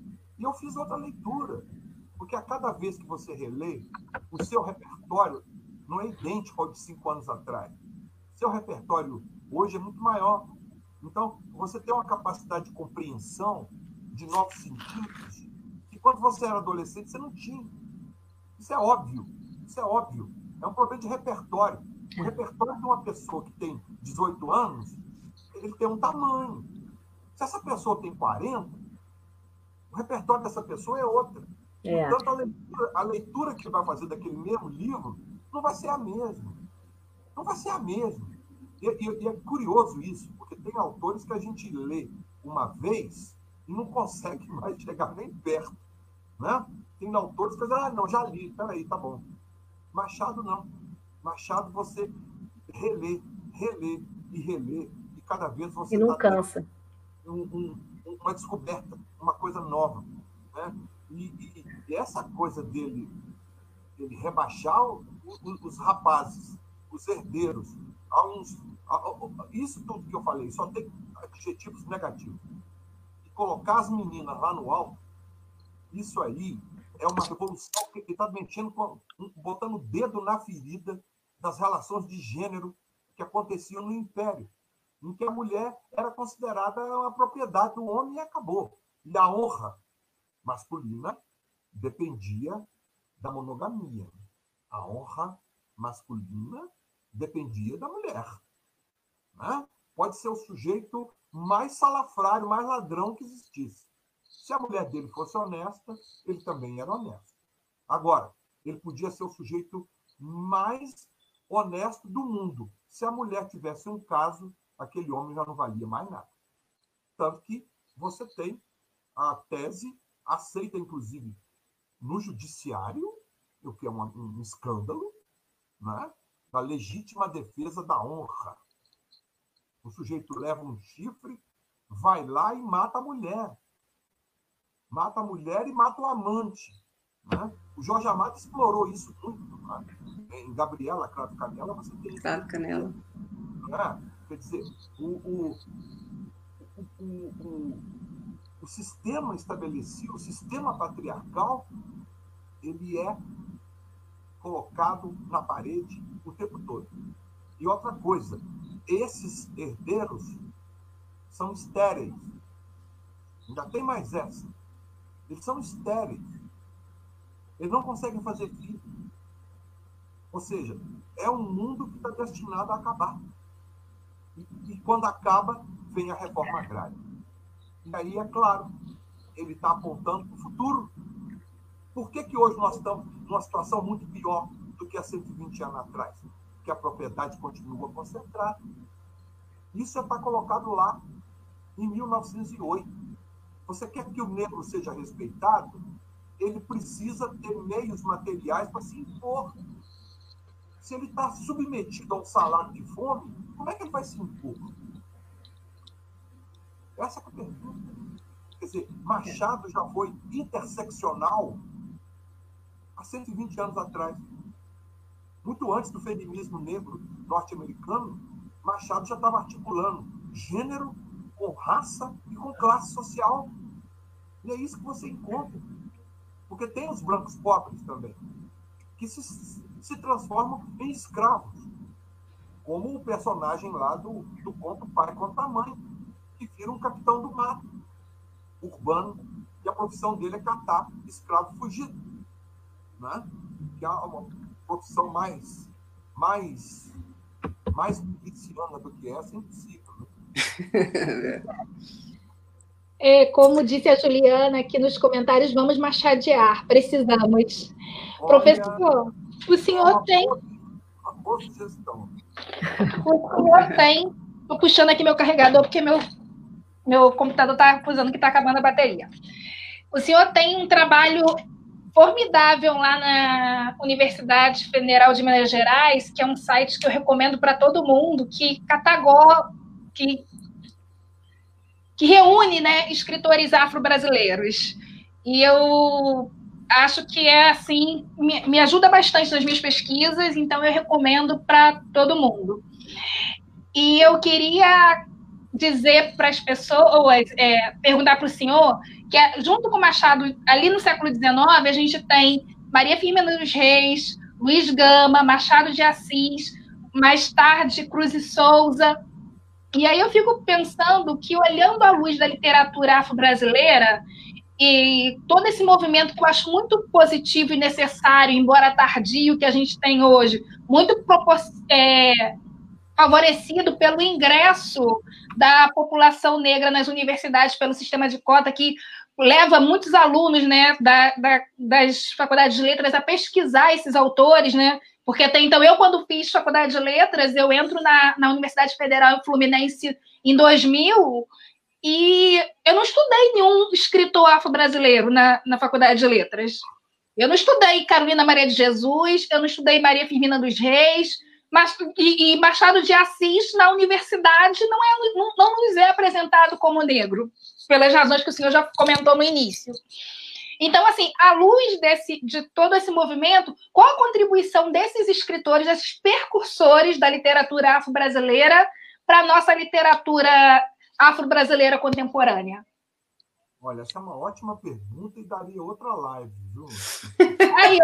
E eu fiz outra leitura, porque a cada vez que você relê, o seu repertório não é idêntico ao de 5 anos atrás. Seu repertório hoje é muito maior. Então, você tem uma capacidade de compreensão de novos sentidos que quando você era adolescente você não tinha. Isso é óbvio. Isso é óbvio. É um problema de repertório. O repertório de uma pessoa que tem 18 anos, ele tem um tamanho. Se essa pessoa tem 40, o repertório dessa pessoa é outra. Portanto, a leitura que ele vai fazer daquele mesmo livro não vai ser a mesma. Não vai ser a mesma. E é curioso isso, porque tem autores que a gente lê uma vez e não consegue mais chegar nem perto. Né? Tem autores que dizem, não, já li, peraí, tá bom. Machado não. Machado você relê, e cada vez você... E não cansa. Uma descoberta, uma coisa nova. Né? E essa coisa dele rebaixar os rapazes, os herdeiros, isso tudo que eu falei, só tem adjetivos negativos. E colocar as meninas lá no alto, isso aí é uma revolução que está mexendo, botando o dedo na ferida das relações de gênero que aconteciam no Império, em que a mulher era considerada uma propriedade do homem e acabou. E a honra masculina dependia da monogamia. A honra masculina dependia da mulher. Né? Pode ser o sujeito mais salafrário, mais ladrão que existisse. Se a mulher dele fosse honesta, ele também era honesto. Agora, ele podia ser o sujeito mais honesto do mundo. Se a mulher tivesse um caso, aquele homem já não valia mais nada. Tanto que você tem a tese aceita, inclusive, no judiciário, o que é um escândalo, né? Da legítima defesa da honra. O sujeito leva um chifre, vai lá e mata a mulher. Mata a mulher e mata o amante. Né? O Jorge Amado explorou isso muito. Né? Em Gabriela, Cravo Canela, você tem... Cravo Canela. Quer dizer, o sistema estabelecido, o sistema patriarcal, ele é colocado na parede o tempo todo. E outra coisa, esses herdeiros são estéreis. Ainda tem mais essa. Eles são estéreis. Eles não conseguem fazer filho. Ou seja, é um mundo que está destinado a acabar. E quando acaba, vem a reforma agrária. E aí, é claro, ele está apontando para o futuro. Por que hoje nós estamos numa situação muito pior do que há 120 anos atrás? Que a propriedade continua concentrada. Isso está colocado lá em 1908. Você quer que o negro seja respeitado? Ele precisa ter meios materiais para se impor. Se ele está submetido a um salário de fome, como é que ele vai se impor? Essa é a pergunta. Quer dizer, Machado já foi interseccional há 120 anos atrás. Muito antes do feminismo negro norte-americano, Machado já estava articulando gênero com raça e com classe social. E é isso que você encontra. Porque tem os brancos pobres também, que se transformam em escravos. Como o personagem lá do conto Pai contra a Mãe, que vira um capitão do mato, urbano, e a profissão dele é catar escravo fugido. Né? Que é uma profissão mais miliciana do que essa, é impossível. Né? Como disse a Juliana aqui nos comentários, vamos machadear, precisamos. Olha, professor, o senhor tem... Uma boa sugestão. O senhor tem... Estou puxando aqui meu carregador, porque meu computador está acusando que está acabando a bateria. O senhor tem um trabalho formidável lá na Universidade Federal de Minas Gerais, que é um site que eu recomendo para todo mundo, que reúne, né, escritores afro-brasileiros. E eu acho que é assim, me ajuda bastante nas minhas pesquisas, então eu recomendo para todo mundo. E eu queria dizer para as pessoas, perguntar para o senhor, que junto com Machado, ali no século XIX, a gente tem Maria Firmina dos Reis, Luiz Gama, Machado de Assis, mais tarde Cruz e Souza. E aí eu fico pensando que, olhando à luz da literatura afro-brasileira, e todo esse movimento que eu acho muito positivo e necessário, embora tardio, que a gente tem hoje, muito favorecido pelo ingresso da população negra nas universidades pelo sistema de cota, que leva muitos alunos, né, das faculdades de letras a pesquisar esses autores, né? Porque até então, eu, quando fiz faculdade de letras, eu entro na Universidade Federal Fluminense em 2000 e eu não estudei nenhum escritor afro-brasileiro na faculdade de letras. Eu não estudei Carolina Maria de Jesus, eu não estudei Maria Firmina dos Reis, e Machado de Assis na universidade não nos é apresentado como negro, pelas razões que o senhor já comentou no início. Então, assim, à luz de todo esse movimento, qual a contribuição desses escritores, desses percursores da literatura afro-brasileira para a nossa literatura afro-brasileira contemporânea? Olha, essa é uma ótima pergunta e daria outra live, viu? Aí,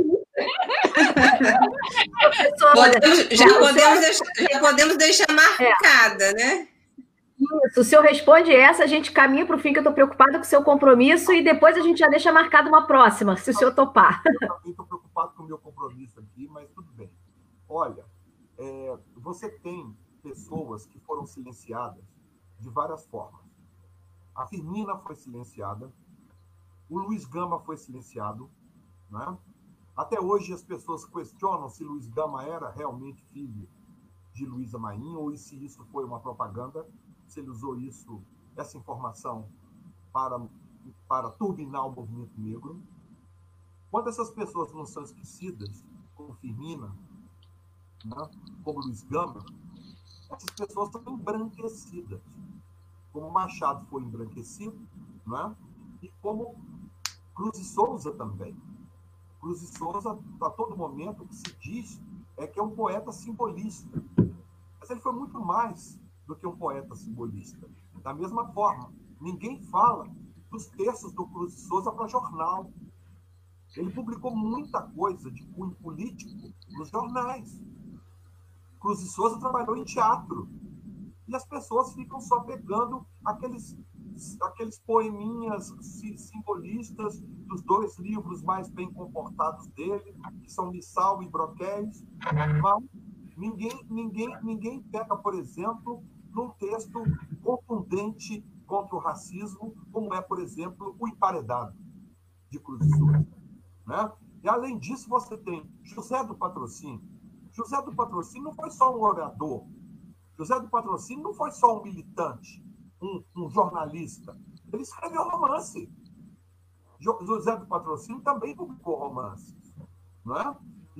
já podemos deixar marcada, né? Isso, o senhor responde essa, a gente caminha para o fim, que eu estou preocupada com o seu compromisso, e depois a gente já deixa marcado uma próxima, se o senhor topar. Eu também estou preocupado com o meu compromisso aqui, mas tudo bem. Olha, você tem pessoas que foram silenciadas de várias formas. A Firmina foi silenciada, o Luiz Gama foi silenciado, né? Até hoje as pessoas questionam se Luiz Gama era realmente filho de Luísa Maim ou se isso foi uma propaganda, se ele usou essa informação para turbinar o movimento negro. Quando essas pessoas não são esquecidas, como Firmina, né, como Luiz Gama, essas pessoas são embranquecidas, como Machado foi embranquecido, né, e como Cruz e Souza também. Cruz e Souza, a todo momento, o que se diz é que é um poeta simbolista. Mas ele foi muito mais do que um poeta simbolista. Da mesma forma, ninguém fala dos textos do Cruz e Souza para jornal. Ele publicou muita coisa de cunho político nos jornais. Cruz e Souza trabalhou em teatro. E as pessoas ficam só pegando aqueles poeminhas simbolistas dos dois livros mais bem comportados dele, que são Missal e Broquéis. Mas ninguém pega, por exemplo, num texto contundente contra o racismo, como é, por exemplo, O Emparedado, de Cruz e Souza. Né? E, além disso, você tem José do Patrocínio. José do Patrocínio não foi só um orador. José do Patrocínio não foi só um militante, um jornalista. Ele escreveu romance. José do Patrocínio também publicou romances. Não é?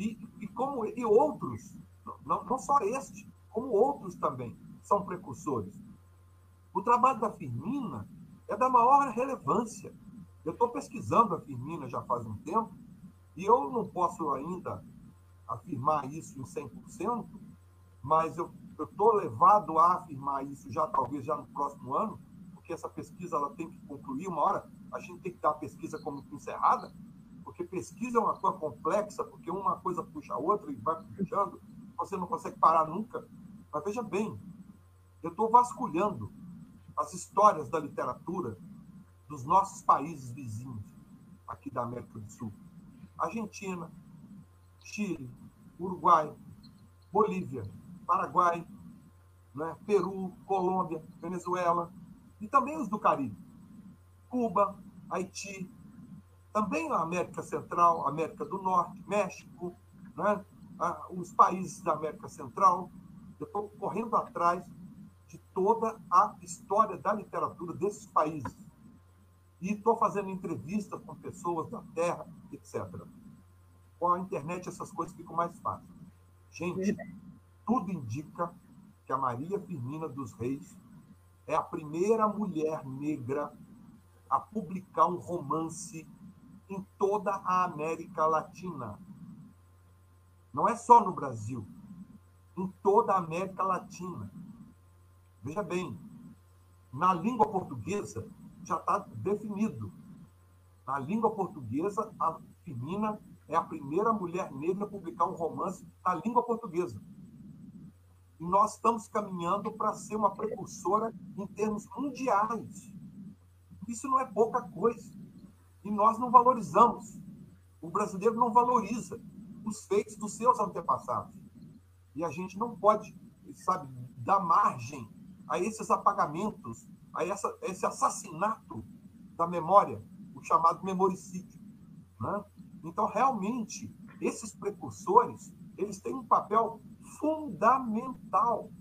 E outros, não só este, como outros também, são precursores. O trabalho da Firmina é da maior relevância. Eu estou pesquisando a Firmina já faz um tempo, e eu não posso ainda afirmar isso em 100%, mas eu estou levado a afirmar isso talvez já no próximo ano, porque essa pesquisa ela tem que concluir. Uma hora a gente tem que dar a pesquisa como encerrada, porque pesquisa é uma coisa complexa, porque uma coisa puxa a outra e vai puxando, você não consegue parar nunca. Mas veja bem, eu estou vasculhando as histórias da literatura dos nossos países vizinhos, aqui da América do Sul. Argentina, Chile, Uruguai, Bolívia, Paraguai, né, Peru, Colômbia, Venezuela, e também os do Caribe. Cuba, Haiti, também a América Central, América do Norte, México, né, os países da América Central. Eu estou correndo atrás de toda a história da literatura desses países. E estou fazendo entrevistas com pessoas da terra, etc. Com a internet, essas coisas ficam mais fáceis. Gente, tudo indica que a Maria Firmina dos Reis é a primeira mulher negra a publicar um romance em toda a América Latina. Não é só no Brasil, em toda a América Latina. Veja bem, Na língua portuguesa, já está definido. Na língua portuguesa, a Firmina é a primeira mulher negra a publicar um romance na língua portuguesa. E nós estamos caminhando para ser uma precursora em termos mundiais. Isso não é pouca coisa. E nós não valorizamos. O brasileiro não valoriza os feitos dos seus antepassados. E a gente não pode, sabe, dar margem a esses apagamentos, a esse assassinato da memória, o chamado memoricídio, né? Então, realmente, esses precursores, eles têm um papel fundamental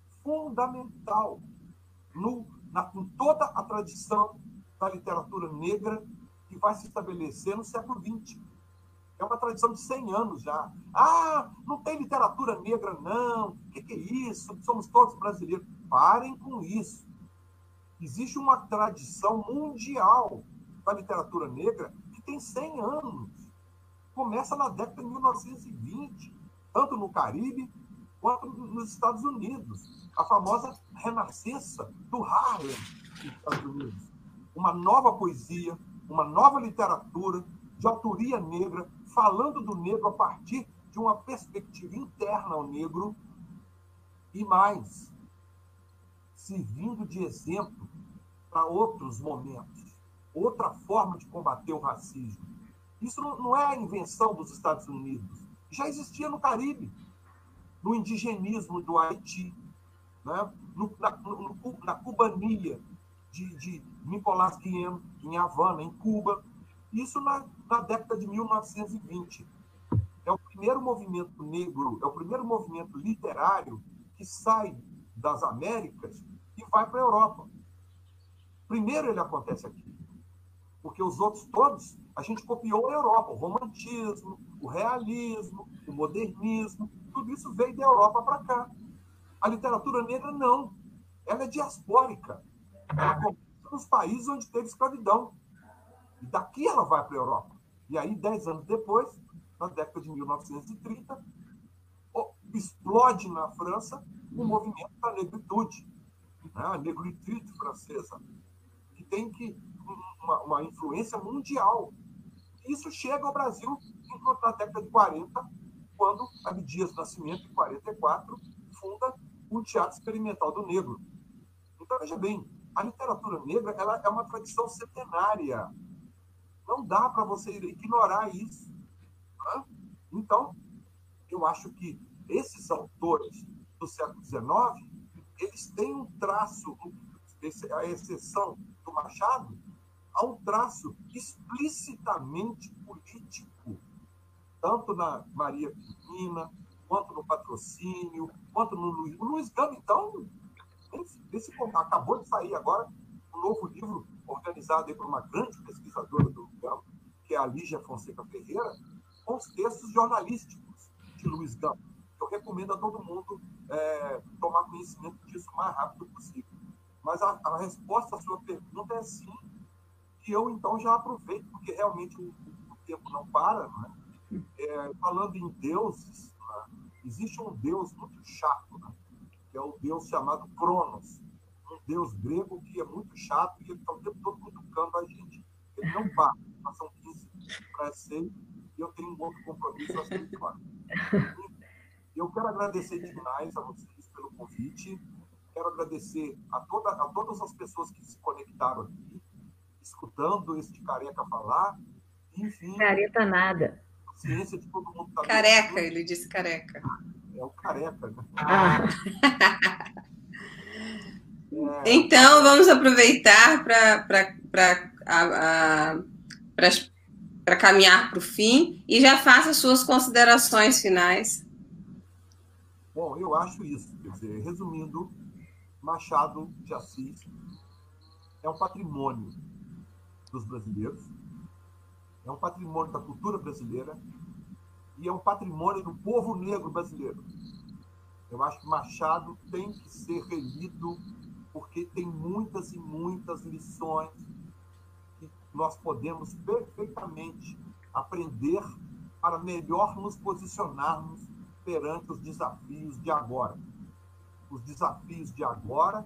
em toda a tradição da literatura negra que vai se estabelecer no século XX. É uma tradição de 100 anos já. Ah, não tem literatura negra, não. O que é isso? Somos todos brasileiros. Parem com isso. Existe uma tradição mundial da literatura negra que tem 100 anos. Começa na década de 1920, tanto no Caribe quanto nos Estados Unidos. A famosa renascença do Harlem nos Estados Unidos. Uma nova poesia, uma nova literatura de autoria negra, falando do negro a partir de uma perspectiva interna ao negro e mais, servindo de exemplo para outros momentos, outra forma de combater o racismo. Isso não é a invenção dos Estados Unidos. Já existia no Caribe, no indigenismo do Haiti, né? na cubania de Nicolás Guilhem, em Havana, em Cuba. Isso na década de 1920. É o primeiro movimento negro, é o primeiro movimento literário que sai das Américas e vai para a Europa. Primeiro ele acontece aqui, porque os outros todos a gente copiou a Europa, o romantismo, o realismo, o modernismo, tudo isso veio da Europa para cá. A literatura negra não, ela é diaspórica. Ela começa nos países onde teve escravidão. E daqui ela vai para a Europa. E aí, 10 anos depois, na década de 1930, explode na França o movimento da negritude, né? A negritude francesa, que tem uma influência mundial. Isso chega ao Brasil na década de 40, quando Abdias Nascimento, em 44, funda o Teatro Experimental do Negro. Então, veja bem, a literatura negra ela é uma tradição centenária. Não dá para você ignorar isso. Né? Então, eu acho que esses autores do século XIX, eles têm um traço, a exceção do Machado, há um traço explicitamente político, tanto na Maria Firmina, quanto no Patrocínio, quanto no Luiz. O Luiz Gama, então, acabou de sair agora um novo livro organizado por uma grande pesquisadora do Gama, que é a Lígia Fonseca Ferreira, com os textos jornalísticos de Luiz Gama. Eu recomendo a todo mundo tomar conhecimento disso o mais rápido possível. Mas a resposta à sua pergunta é sim, e eu então já aproveito, porque realmente o tempo não para, né? Falando em deuses, né? Existe um deus muito chato, né? Que é o deus chamado Cronos, um deus grego que é muito chato e ele está o tempo todo cutucando a gente. Ele não para, são 15 para 6 e eu tenho um outro compromisso às 3 horas. Eu quero agradecer demais a vocês pelo convite, quero agradecer a todas as pessoas que se conectaram aqui, escutando este careca falar, enfim... Careta nada. A ciência de todo mundo está... Careca, ele disse careca. É o careca, né? Então, vamos aproveitar para caminhar para o fim e já faça suas considerações finais. Bom, eu acho isso. Quer dizer, resumindo, Machado de Assis é um patrimônio dos brasileiros, é um patrimônio da cultura brasileira e é um patrimônio do povo negro brasileiro. Eu acho que Machado tem que ser relido porque tem muitas e muitas lições que nós podemos perfeitamente aprender para melhor nos posicionarmos perante os desafios de agora. Os desafios de agora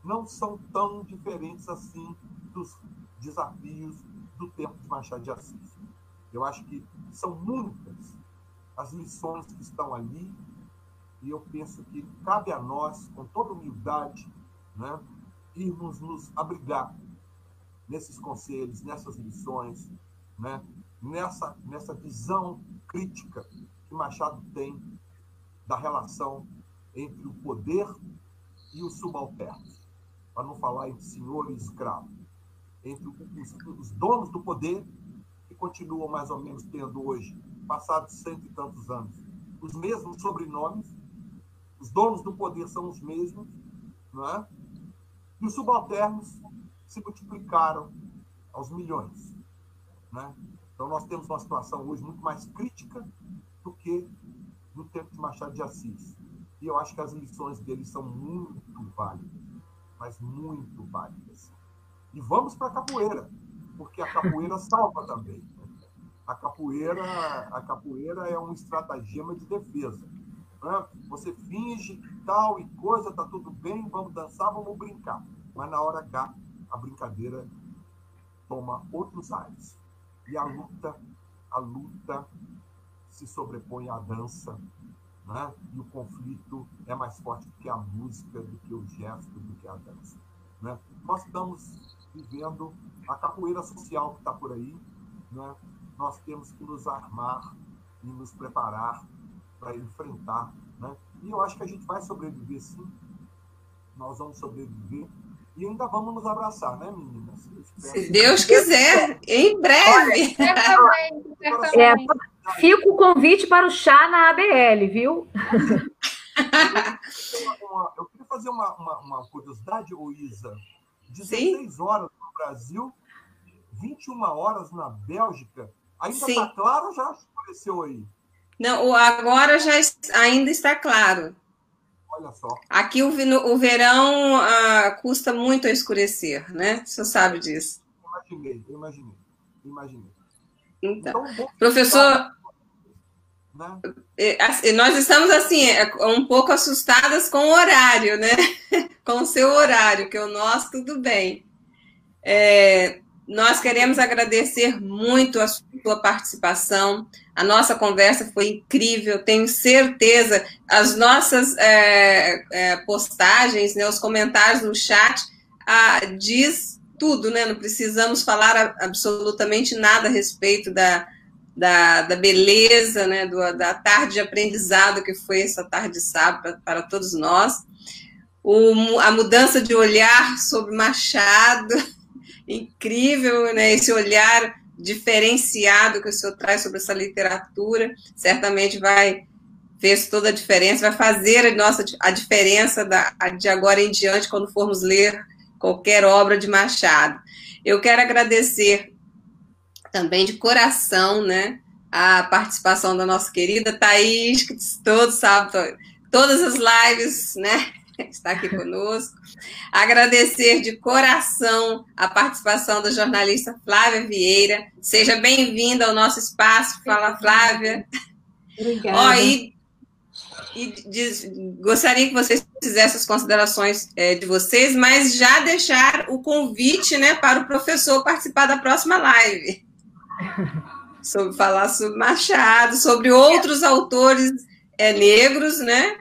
não são tão diferentes assim dos desafios do tempo de Machado de Assis. Eu acho que são muitas as lições que estão ali, e eu penso que cabe a nós, com toda humildade, né, irmos nos abrigar nesses conselhos, nessas lições, né, nessa visão crítica que Machado tem da relação entre o poder e os subalternos, para não falar entre senhor e escravo, entre os donos do poder, que continuam mais ou menos tendo hoje, passados 100 e tantos anos, os mesmos sobrenomes, os donos do poder são os mesmos, não é? E os subalternos se multiplicaram aos milhões, né? Então nós temos uma situação hoje muito mais crítica do que no tempo de Machado de Assis. E eu acho que as lições dele são muito válidas, mas muito válidas. E vamos para a capoeira, porque a capoeira salva também. A capoeira é um estratagema de defesa, né? Você finge que tal e coisa, está tudo bem, vamos dançar, vamos brincar. Mas na hora H, a brincadeira toma outros ares. E a luta se sobrepõe à dança, né? E o conflito é mais forte do que a música, do que o gesto, do que a dança, né? Nós estamos vivendo a capoeira social que está por aí, né? Nós temos que nos armar e nos preparar para enfrentar, né? E eu acho que a gente vai sobreviver, sim. Nós vamos sobreviver e ainda vamos nos abraçar, né, meninas? Se Deus quiser, em breve. Fica o convite para o chá na ABL, viu? Eu queria fazer uma curiosidade, Isa. 16 horas no Brasil, 21 horas na Bélgica. Ainda está claro ou já apareceu aí? Não, agora já ainda está claro. Olha só. Aqui o verão custa muito a escurecer, né? O senhor sabe disso. Eu imaginei. Então, professor, né? Nós estamos assim, um pouco assustadas com o horário, né? Com o seu horário, que o nosso tudo bem. Nós queremos agradecer muito a sua participação. A nossa conversa foi incrível, tenho certeza. As nossas postagens, né, os comentários no chat, diz tudo, né? Não precisamos falar absolutamente nada a respeito da beleza, né? Da tarde de aprendizado que foi essa tarde de sábado para todos nós. A mudança de olhar sobre Machado, incrível, né? Esse olhar diferenciado que o senhor traz sobre essa literatura, certamente fez toda a diferença, vai fazer a diferença de agora em diante, quando formos ler qualquer obra de Machado. Eu quero agradecer também de coração, né, a participação da nossa querida Thaís, que todos sabem, todas as lives, né, está aqui conosco. Agradecer de coração a participação da jornalista Flávia Vieira. Seja bem-vinda ao nosso espaço. Fala, Flávia. Obrigada. Gostaria que vocês fizessem as considerações de vocês, mas já deixar o convite, né, para o professor participar da próxima live. Falar sobre Machado, sobre outros autores negros, né?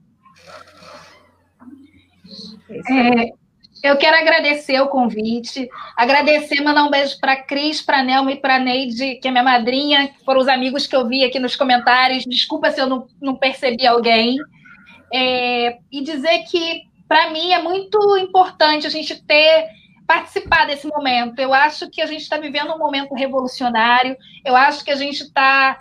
Eu quero agradecer o convite, mandar um beijo para a Cris, para a Nelma e para a Neide, que é minha madrinha, que foram os amigos que eu vi aqui nos comentários. Desculpa se eu não percebi alguém. E dizer que, para mim, é muito importante a gente participar desse momento. Eu acho que a gente está vivendo um momento revolucionário, eu acho que a gente está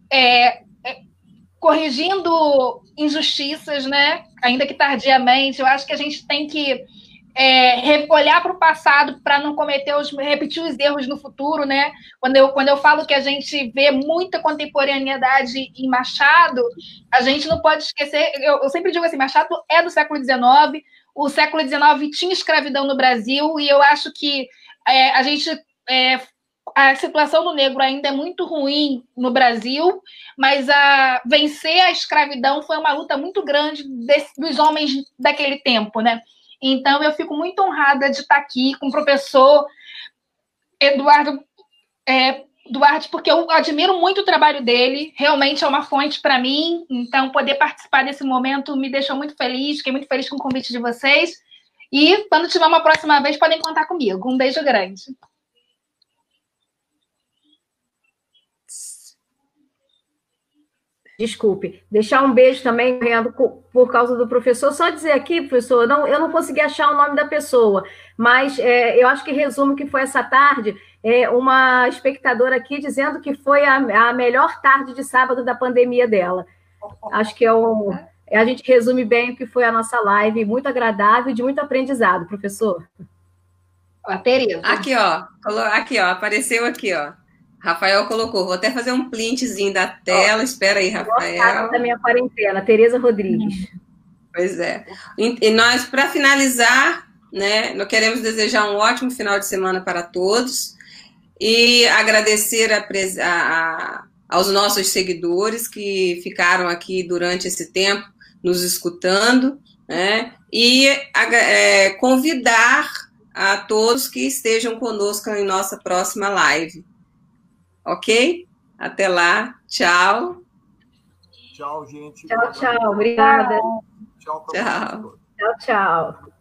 corrigindo injustiças, né? Ainda que tardiamente. Eu acho que a gente tem que olhar para o passado para não repetir os erros no futuro, né? Quando eu falo que a gente vê muita contemporaneidade em Machado, a gente não pode esquecer, eu sempre digo assim, Machado é do século XIX, o século XIX tinha escravidão no Brasil, e eu acho que a situação do negro ainda é muito ruim no Brasil, mas vencer a escravidão foi uma luta muito grande dos homens daquele tempo, né? Então, eu fico muito honrada de estar aqui com o professor Eduardo Duarte, porque eu admiro muito o trabalho dele, realmente é uma fonte para mim, então poder participar desse momento me deixou muito feliz, fiquei muito feliz com o convite de vocês, e quando tiver uma próxima vez, podem contar comigo. Um beijo grande. Desculpe, deixar um beijo também por causa do professor. Só dizer aqui, professor, eu não consegui achar o nome da pessoa, mas eu acho que resumo que foi essa tarde, uma espectadora aqui dizendo que foi a melhor tarde de sábado da pandemia dela. Acho que a gente resume bem o que foi a nossa live, muito agradável e de muito aprendizado, professor. A Tereza. Aqui, ó, apareceu aqui, ó. Rafael colocou, vou até fazer um printzinho da tela, espera aí, Rafael. Da minha quarentena, Tereza Rodrigues. Pois é. E nós, para finalizar, né, nós queremos desejar um ótimo final de semana para todos e agradecer aos nossos seguidores que ficaram aqui durante esse tempo nos escutando, né, e convidar a todos que estejam conosco em nossa próxima live. Ok? Até lá. Tchau. Tchau, gente. Tchau, tchau. Obrigada. Tchau. Tchau. Tchau, tchau.